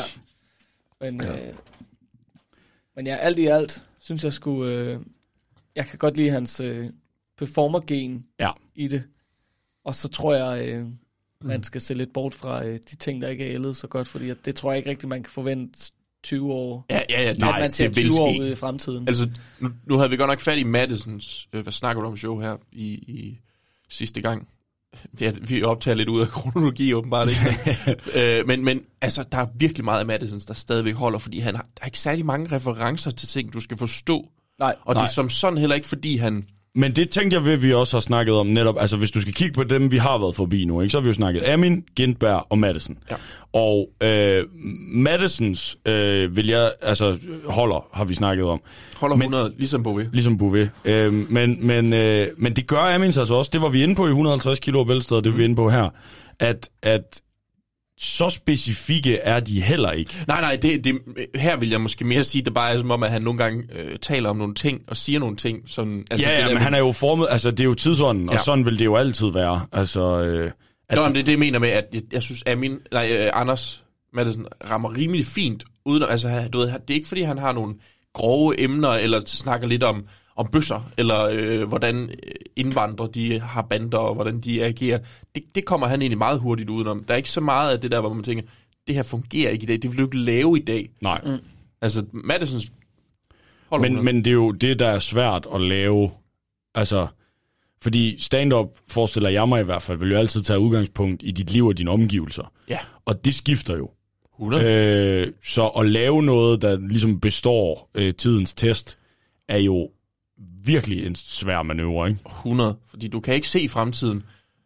Men ja, alt i alt, synes jeg jeg kan godt lide hans performer-gen i det. Og så tror jeg... man skal se lidt bort fra de ting, der ikke er ældet så godt, fordi det tror jeg ikke rigtigt, man kan forvente 20 år. Ja, nej, man ser 20 år ude i fremtiden. Altså, nu havde vi godt nok fat i Madisons, hvad snakker du om show her i sidste gang? Vi optager lidt ud af kronologi, åbenbart ikke. Men altså, der er virkelig meget af Madisons, der stadigvæk holder, fordi der er ikke særlig mange referencer til ting, du skal forstå. Nej. Og det er som sådan heller ikke, fordi han... Men det tænkte jeg, vi også har snakket om netop, altså hvis du skal kigge på dem, vi har været forbi nu, ikke, så har vi jo snakket Amin, Gintberg og Madison. Ja. Og Madisons holder, har vi snakket om. Holder 100, ligesom Bouvet. Ligesom Bouvet. Men det gør Amins altså også, det var vi inde på i 150 kilo bæltestedet, det vi inde på her, at så specifikke er de heller ikke. Nej, her vil jeg måske mere sige, det bare er som om, at han nogle gange taler om nogle ting, og siger nogle ting, som... Altså, men han er jo formet, altså det er jo tidsånden, og sådan vil det jo altid være. Altså... det jeg mener med, at jeg synes, Anders Madsen rammer rimelig fint, uden altså, du ved, det er ikke fordi, han har nogle grove emner, eller snakker lidt om bøsser, eller hvordan indvandrere de har bander, og hvordan de agerer. Det kommer han egentlig meget hurtigt udenom. Der er ikke så meget af det der, hvor man tænker, det her fungerer ikke i dag, det vil du ikke lave i dag. Nej. Altså, Madisons... Men det er jo det, der er svært at lave, altså... Fordi stand-up, forestiller jeg mig i hvert fald, vil jo altid tage udgangspunkt i dit liv og dine omgivelser. Ja. Og det skifter jo. 100. Så at lave noget, der ligesom består tidens test, er jo virkelig en svær manøvre, ikke? 100. Fordi du kan ikke se fremtiden.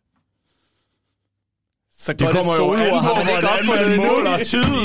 Så det kommer jo an på, hvordan man måler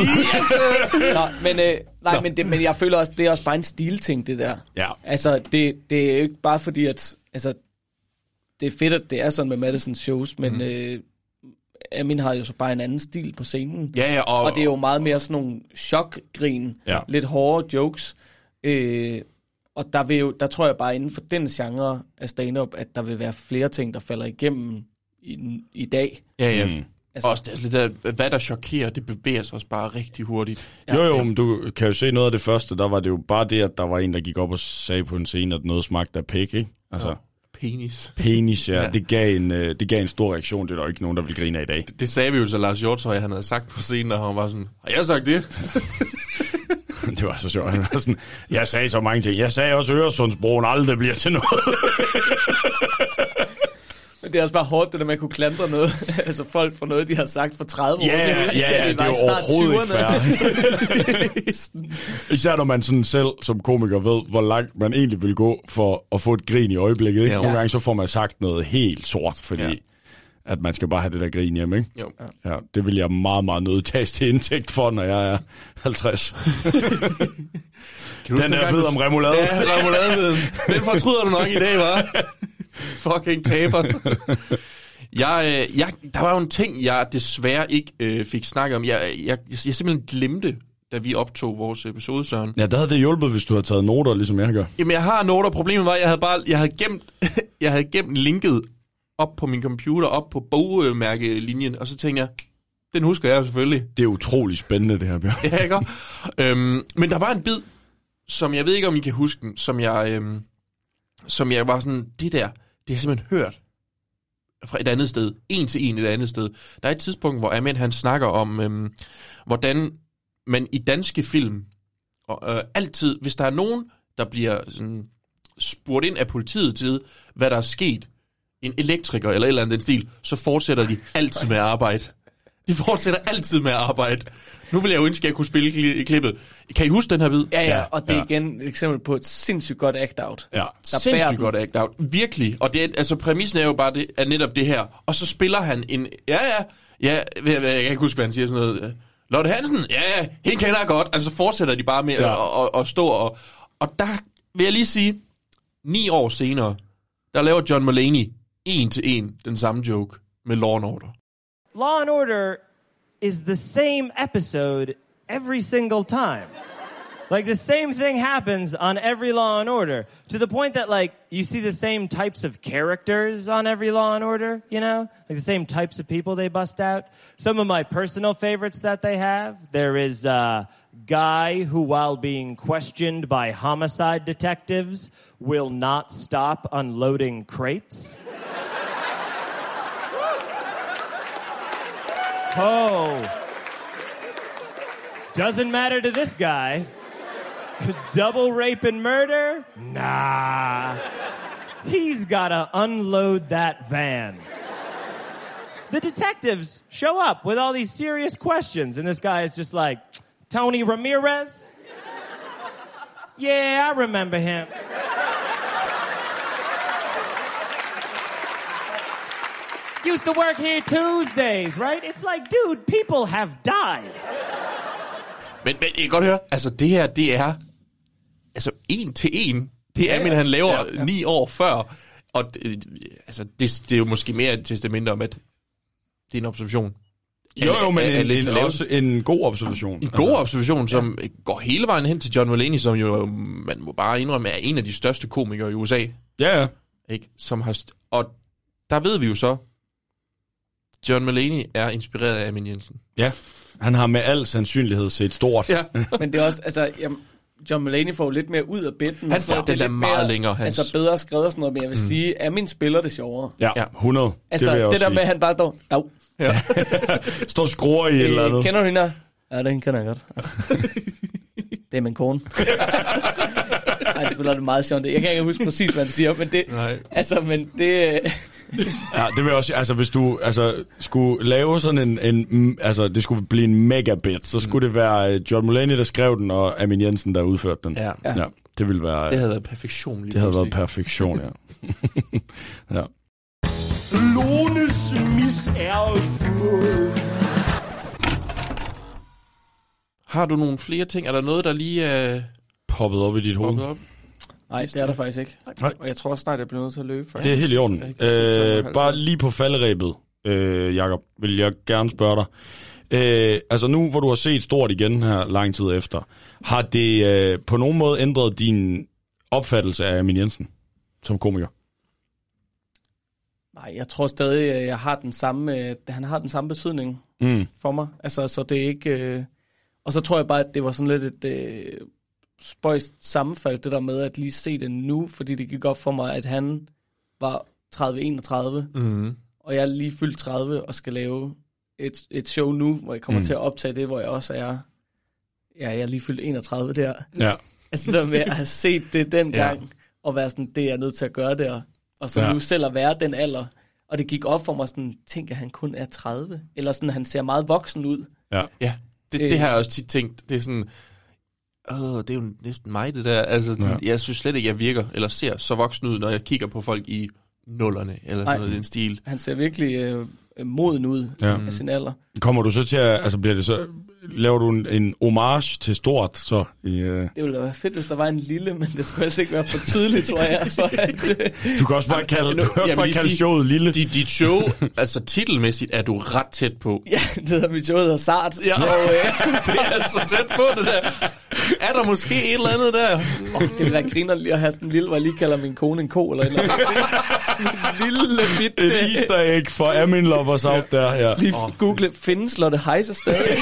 tiden. Men jeg føler også, det er også bare en stilting, det der. Ja. Altså, det er jo ikke bare fordi, at... Altså, det er fedt, at det er sådan med Madisons shows, men Amin har jo så bare en anden stil på scenen. Ja, og det er jo meget mere sådan nogle chokgrin, lidt hårde jokes. Og der tror jeg bare inden for den genre af stand-up, at der vil være flere ting, der falder igennem i dag. Ja. Altså, også det der, hvad der chokerer, det bevæger sig også bare rigtig hurtigt. Jo, men du kan jo se noget af det første, der var det jo bare det, at der var en, der gik op og sagde på en scene, at noget smagte af pæk, ikke? Altså... Ja. Penis, ja. Det gav en stor reaktion. Det er der jo ikke nogen, der vil grine af i dag. Det sagde vi jo så Lars Hjortøj, han havde sagt på scenen, og han var sådan, har jeg sagt det? Det var så sjovt. Sådan, jeg sagde så mange ting. Jeg sagde også, at Øresundsbroen aldrig bliver til noget. Men det er også bare hårdt, det der med at kunne klandre noget. Altså folk for noget, de har sagt for 30 år. Ja, det er jo overhovedet ikke fair. Især når man sådan selv som komiker ved, hvor langt man egentlig vil gå for at få et grin i øjeblikket. Ikke? Nogle gange så får man sagt noget helt sort, fordi at man skal bare have det der grin hjemme. Ikke? Jo. Ja, det vil jeg meget, meget nødt tages til indtægt for, når jeg er 50. Den er ved om remoulade. Ja, remouladeviden. Den fortryder du nok i dag, hva'? Fucking taber. Der var jo en ting, jeg desværre ikke fik snakket om. Jeg simpelthen glemte, da vi optog vores episode, Søren. Ja, der havde det hjulpet, hvis du havde taget noter, ligesom jeg gør. Jamen, jeg har noter. Problemet var, at jeg havde gemt linket op på min computer, op på bogmærkelinjen, og så tænkte jeg, den husker jeg selvfølgelig. Det er utrolig spændende, det her, Bjørn. Ja, ikke? Men der var en bid, som jeg ved ikke, om I kan huske den, som jeg var sådan, det har jeg simpelthen hørt fra et andet sted, en til en et andet sted. Der er et tidspunkt, hvor Amin han snakker om, hvordan man i danske film, altid, hvis der er nogen, der bliver sådan, spurgt ind af politiet til, hvad der er sket, en elektriker eller et eller andet den stil, så fortsætter de altid med at arbejde. De fortsætter altid med at arbejde. Nu vil jeg jo ønske, at jeg kunne spille i klippet. Kan I huske den her bid? Ja, og det er igen et eksempel på et sindssygt godt act-out. Ja, sindssygt godt act-out. Virkelig. Og det er, altså, præmissen er jo bare det, er netop det her. Og så spiller han en... Ja, jeg kan ikke huske, hvad han siger sådan noget. Lotte Hansen? Ja, hende kender jeg godt. Altså, fortsætter de bare med at stå og der vil jeg lige sige, 9 år senere, der laver John Mulaney en til en den samme joke med Law & Order. Law and Order is the same episode every single time. Like, the same thing happens on every Law and Order, to the point that, like, you see the same types of characters on every Law and Order, you know? Like, the same types of people they bust out. Some of my personal favorites that they have, there is a guy who, while being questioned by homicide detectives, will not stop unloading crates. Oh. Doesn't matter to this guy. Double rape and murder? Nah. He's gotta unload that van. The detectives show up with all these serious questions, and this guy is just like, Tony Ramirez? Yeah, I remember him. Used to work here Tuesdays, right? It's like, dude, people have died. Men I kan godt høre, altså det her, det er altså en til en. Det er, han laver 9 år før. Og det er jo måske mere et testament om, at det er en observation. Jo, men også en god observation. En god observation, som går hele vejen hen til John Mulaney, som jo, man må bare indrømme, er en af de største komikere i USA. Ja. Ikke? Som har og der ved vi jo så, John Mulaney er inspireret af Amin Jensen. Ja, han har med al sandsynlighed set stort. Ja. Men det er også, altså, John Mulaney får lidt mere ud af bitten. Han får det meget mere, længere. Altså bedre skrevet og sådan noget, men jeg vil sige, at Amin spiller det sjovere. Ja, 100. Altså det der med, at han bare står, ja. Står og skruer i et eller andet. Kender du hende her? Ja, det kender jeg godt. Det er min kone. Han spiller det meget sjovt. Jeg kan ikke huske præcis, hvad han siger, men det... Nej. Altså, men det... Ja, det vil også sige, altså hvis du skulle lave sådan en altså det skulle blive en megabit, så skulle det være John Mulaney, der skrev den, og Amin Jensen, der udførte den. Ja. Det ville være... Det havde været perfektion. Det havde været perfektion, ja. Ja. Lones misærede. Har du nogle flere ting? Er der noget, der lige er... poppet op i dit hoved? Nej, det er der faktisk ikke. Nej. Og jeg tror også snart, jeg bliver nødt til at løbe. Det er helt i orden. Bare lige på falderæbet, Jakob, vil jeg gerne spørge dig. Altså nu, hvor du har set stort igen her lang tid efter, har det på nogen måde ændret din opfattelse af Amin Jensen som komiker? Nej, jeg tror stadig, at jeg har den samme, han har den samme betydning for mig. Altså, så det er ikke... Og så tror jeg bare, at det var sådan lidt et spøjst sammenfald, det der med at lige se det nu, fordi det gik op for mig, at han var 30-31, og jeg er lige fyldt 30 og skal lave et show nu, hvor jeg kommer til at optage det, hvor jeg også er Ja, jeg er lige fyldt 31 der. Ja. Altså der med at have set det dengang, og være sådan, det er jeg nødt til at gøre det, og så nu selv at være den alder. Og det gik op for mig sådan, tænk at han kun er 30. Eller sådan, han ser meget voksen ud. Ja, det har jeg også tit tænkt. Det er sådan, det er jo næsten mig det der. Altså, jeg synes slet ikke, jeg virker, eller ser så voksen ud, når jeg kigger på folk i nullerne, eller sådan noget i den stil. Han ser virkelig moden ud af sin alder. Kommer du så til at, altså bliver det så, laver du en homage til stort, så? Det ville da være fedt, hvis der var en lille, men det skulle altså ikke være for tydeligt, tror jeg. Du kan også bare kalde showet lille. Dit show, altså titelmæssigt, er du ret tæt på. Ja, det hedder mit show, hedder Sart. Ja, det er altså tæt på det der. Er der måske et eller andet der? Det vil være griner lige at have sådan en lille, hvor jeg lige kalder min kone en ko, eller et eller andet. Sådan en lille bit. Et easter egg for Amin Lovers out der. Ja. Lige google, findes Lotte Heiser stadig?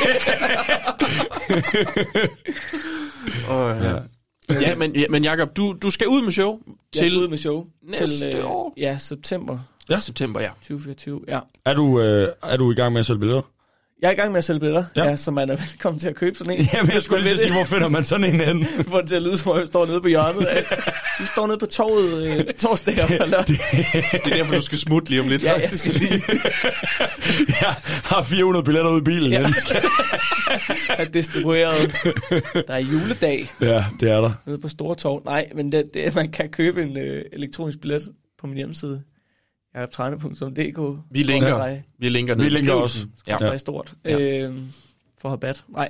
Men Jakob, du skal ud med show. Jeg skal ud med show. Næste år? Ja, september. Ja. September, ja. 2024, ja. Er du i gang med at sælge billeder? Jeg er i gang med at sælge billeder, så man er velkommen til at købe sådan en. Jamen, jeg skulle lige sige, hvor finder man sådan en henne? For det til at lyde, som om jeg står nede på hjørnet. Du står nede på torvet torsdag. Det er derfor, du skal smutte lige om lidt. Ja, jeg skal lige. Jeg har 400 billetter ude i bilen. Ja. Er distribueret. Der er juledag. Ja, det er der. Nede på Store Torv. Nej, men man kan købe en elektronisk billet på min hjemmeside. jakobtræne.dk. Vi linker ned. Vi linker også. Ja. Det er stort. Ja. For rabat. Nej.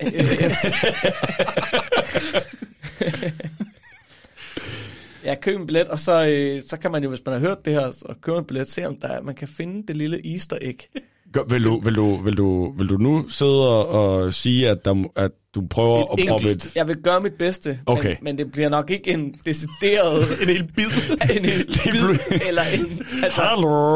Ja, køb en billet, og så kan man jo, hvis man har hørt det her, og købe en billet, se om man kan finde det lille easter egg. Vil du nu sidde og sige, at du prøver at proppe et... Jeg vil gøre mit bedste, men det bliver nok ikke en decideret... en hel bid. En hel bid, eller en... Altså... Hallo!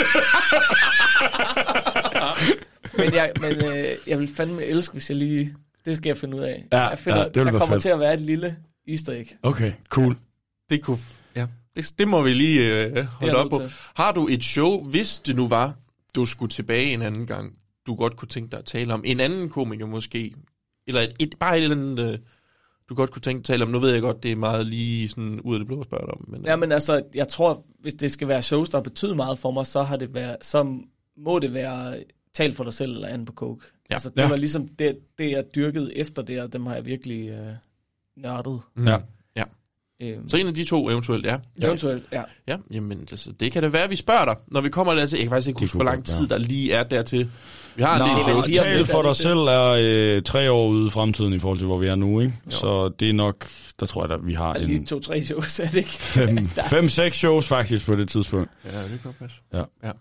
men jeg vil fandme elske, hvis jeg lige... Det skal jeg finde ud af. Ja, der kommer til at være et lille easter egg. Okay, cool. Det kunne... Ja. Det må vi lige holde op på. Har du et show, hvis det nu var, du skulle tilbage en anden gang, du godt kunne tænke dig at tale om? En anden komiker måske? Eller bare et eller andet, du godt kunne tænke dig at tale om? Nu ved jeg godt, det er meget lige sådan ud af det blå at spørge om. Men, ja, men altså, jeg tror, hvis det skal være shows, der betyder meget for mig, så må det være talt for dig selv eller anden på coke. Ja. Altså, det var ligesom det, jeg dyrkede efter det, og dem har jeg virkelig nørdet. Ja. Så en af de to eventuelt, ja. Eventuelt, ja. Ja, jamen, altså, det kan det være, vi spørger dig, når vi kommer der til. Jeg kan faktisk ikke huske, hvor lang tid der lige er dertil. Vi har en del shows. Tale for dig selv er 3 år ude i fremtiden i forhold til, hvor vi er nu, ikke? Jo. Så det er nok, der tror jeg, at vi har lige 2-3 shows, er det ikke? 5-6 shows faktisk på det tidspunkt. Ja, det kan godt passe. Ja.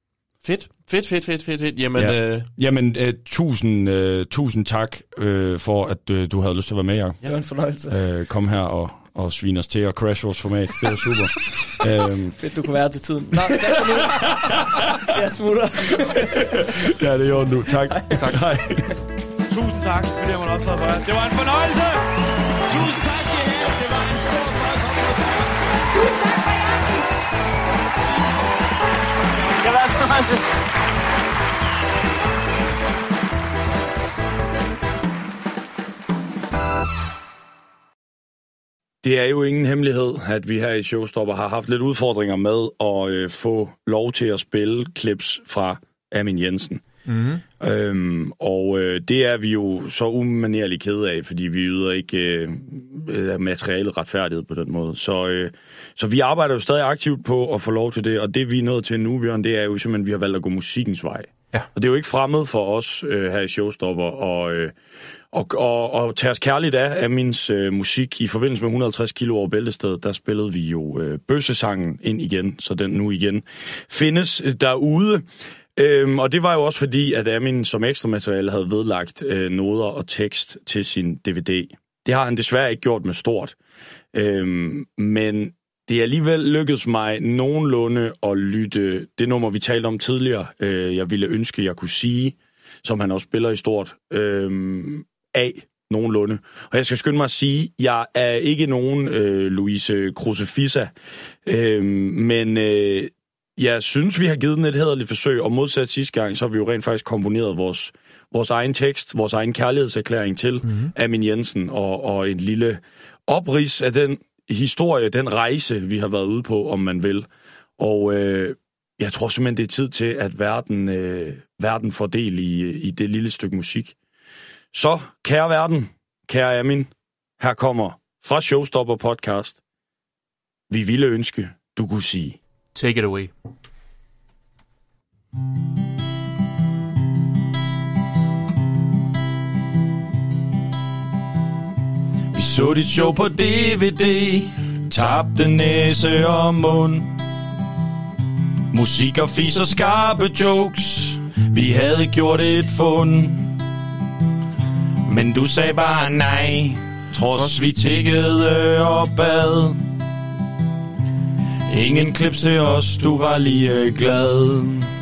Fedt. Jamen, tusind tak for, at du havde lyst til at være med, Jacob. Det var en fornøjelse. Kom her og svine os til og crash vores format. Det er super. Fedt, du kunne være til tiden. Nå, tak for nu. Jeg smutter. Ja, det er jo nu. Tak. Hej. Tusind tak, fordi jeg måtte optræde for jer. Det var en fornøjelse! Tusind tak skal I have. Det var en stor fornøjelse. Tusind tak for jer. Det var en fornøjelse. Det er jo ingen hemmelighed, at vi her i Showstopper har haft lidt udfordringer med at få lov til at spille clips fra Amin Jensen. Mm-hmm. Og det er vi jo så umanerligt kede af, fordi vi yder ikke materialet retfærdighed på den måde. Så vi arbejder jo stadig aktivt på at få lov til det, og det vi er nået til nu, Bjørn, det er jo simpelthen, at vi har valgt at gå musikkens vej. Ja. Og det er jo ikke fremmed for os her i Showstopper og tage os kærligt af Amins musik. I forbindelse med 150 kilo over Bæltestedet, der spillede vi jo bøssesangen ind igen, så den nu igen findes derude. Og det var jo også fordi, at Amin som ekstra materiale havde vedlagt noder og tekst til sin DVD. Det har han desværre ikke gjort med stort. Men det er alligevel lykkedes mig nogenlunde at lytte det nummer, vi talte om tidligere. Jeg ville ønske, jeg kunne sige, som han også spiller i stort, af nogenlunde. Og jeg skal skynde mig at sige, jeg er ikke nogen Louise Kruse-Fissa, men jeg synes, vi har givet den et hæderligt forsøg, og modsat sidste gang, så har vi jo rent faktisk komponeret vores egen tekst, vores egen kærlighedserklæring til Amin Jensen, og en lille oprids af den historie, den rejse, vi har været ude på, om man vil. Og jeg tror simpelthen, det er tid til, at verden får del i det lille stykke musik. Så, kære verden, kære Amin, her kommer fra Showstopper Podcast. Vi ville ønske, du kunne sige. Take it away. Vi så dit show på DVD, tabte næse og mund. Musik og fis og skarpe jokes, vi havde gjort et fund. Men du sagde bare nej, trods vi tikkede og bad. Ingen klips til os, du var lige glad.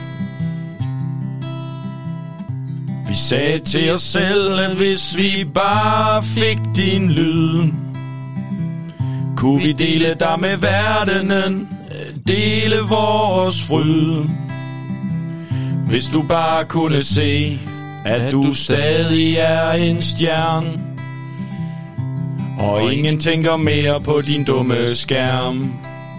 Vi sagde til os selv, at hvis vi bare fik din lyd, kunne vi dele dig med verdenen, dele vores fryd. Hvis du bare kunne se, at du stadig er en stjerne, og ingen tænker mere på din dumme skærm.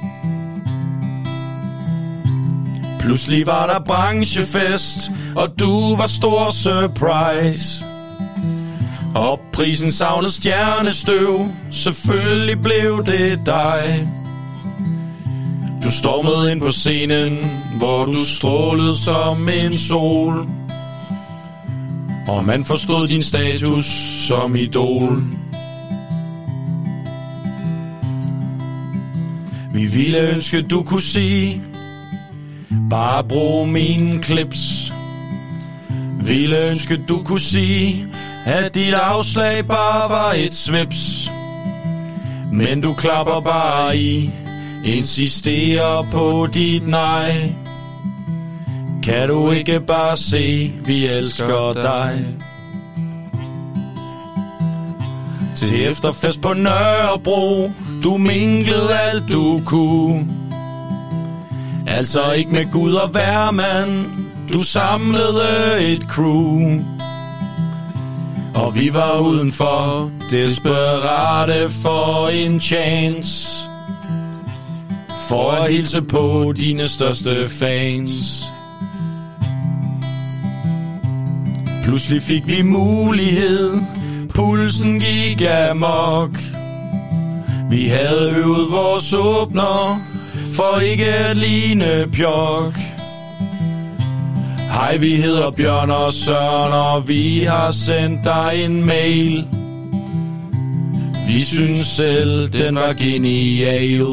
Pludselig var der branchefest, og du var stor surprise. Og prisen savnede stjernestøv, selvfølgelig blev det dig. Du stormede ind på scenen, hvor du strålede som en sol. Og man forstod din status som idol. Vi ville ønske, du kunne sige, bare brug mine clips. Ville ønske, du kunne sige, at dit afslag bare var et svips. Men du klapper bare i, insisterer på dit nej. Kan du ikke bare se, vi elsker dig? Til efterfest på Nørrebro, du minglede alt du kunne. Altså ikke med Gud og hvermand, du samlede et crew. Og vi var udenfor, desperate for en chance, for at hilse på dine største fans. Pludselig fik vi mulighed, pulsen gik amok. Vi havde øvet vores åbner, for ikke at ligne pjok. Hej, vi hedder Bjørn og Søren, og vi har sendt dig en mail. Vi synes selv, den var genial.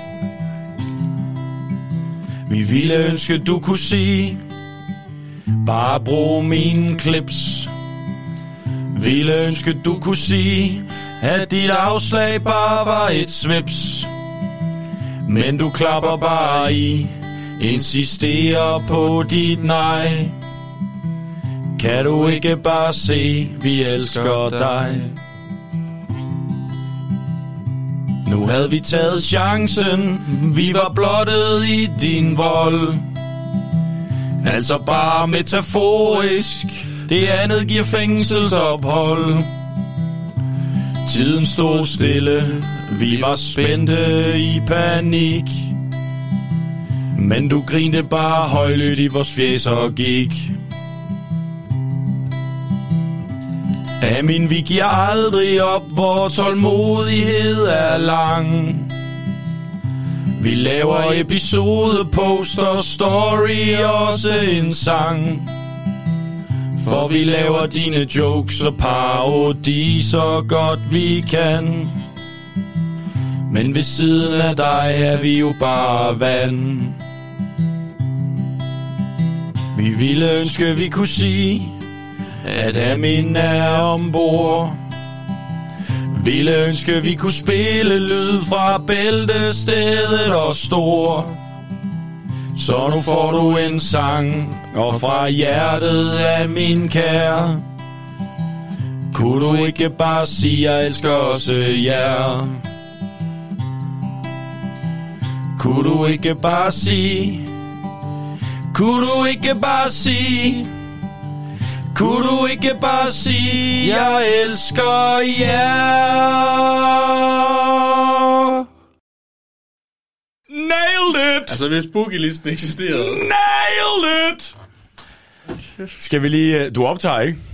Vi ville ønske, du kunne sige, bare brug mine clips. Ville ønske, du kunne sige, at dit afslag bare var et svips. Men du klapper bare i, insisterer på dit nej. Kan du ikke bare se, vi elsker dig? Nu havde vi taget chancen, vi var blottet i din vold. Altså bare metaforisk, det andet giver fængselsophold. Tiden stod stille, vi var spændte i panik. Men du grinte bare højlydt i vores fjes og gik. Amin, vi giver aldrig op, hvor tålmodighed er lang. Vi laver episode, poster, story og også en sang. For vi laver dine jokes og parodi så godt vi kan. Men ved siden af dig er vi jo bare vand. Vi ville ønske, vi kunne sige, at Amin er ombord. Ville ønske, vi kunne spille lyd fra bæltestedet og stor. Så nu får du en sang, og fra hjertet af min kære. Kunne du ikke bare sige, jeg elsker også jer? Kunne du ikke bare sige, Kunne du ikke bare sige, kunne du ikke bare sige, jeg elsker jer? Nailed it! Altså, hvis Boogie-listen eksisterede. Nailed it! Skal vi lige... Du optager, ikke?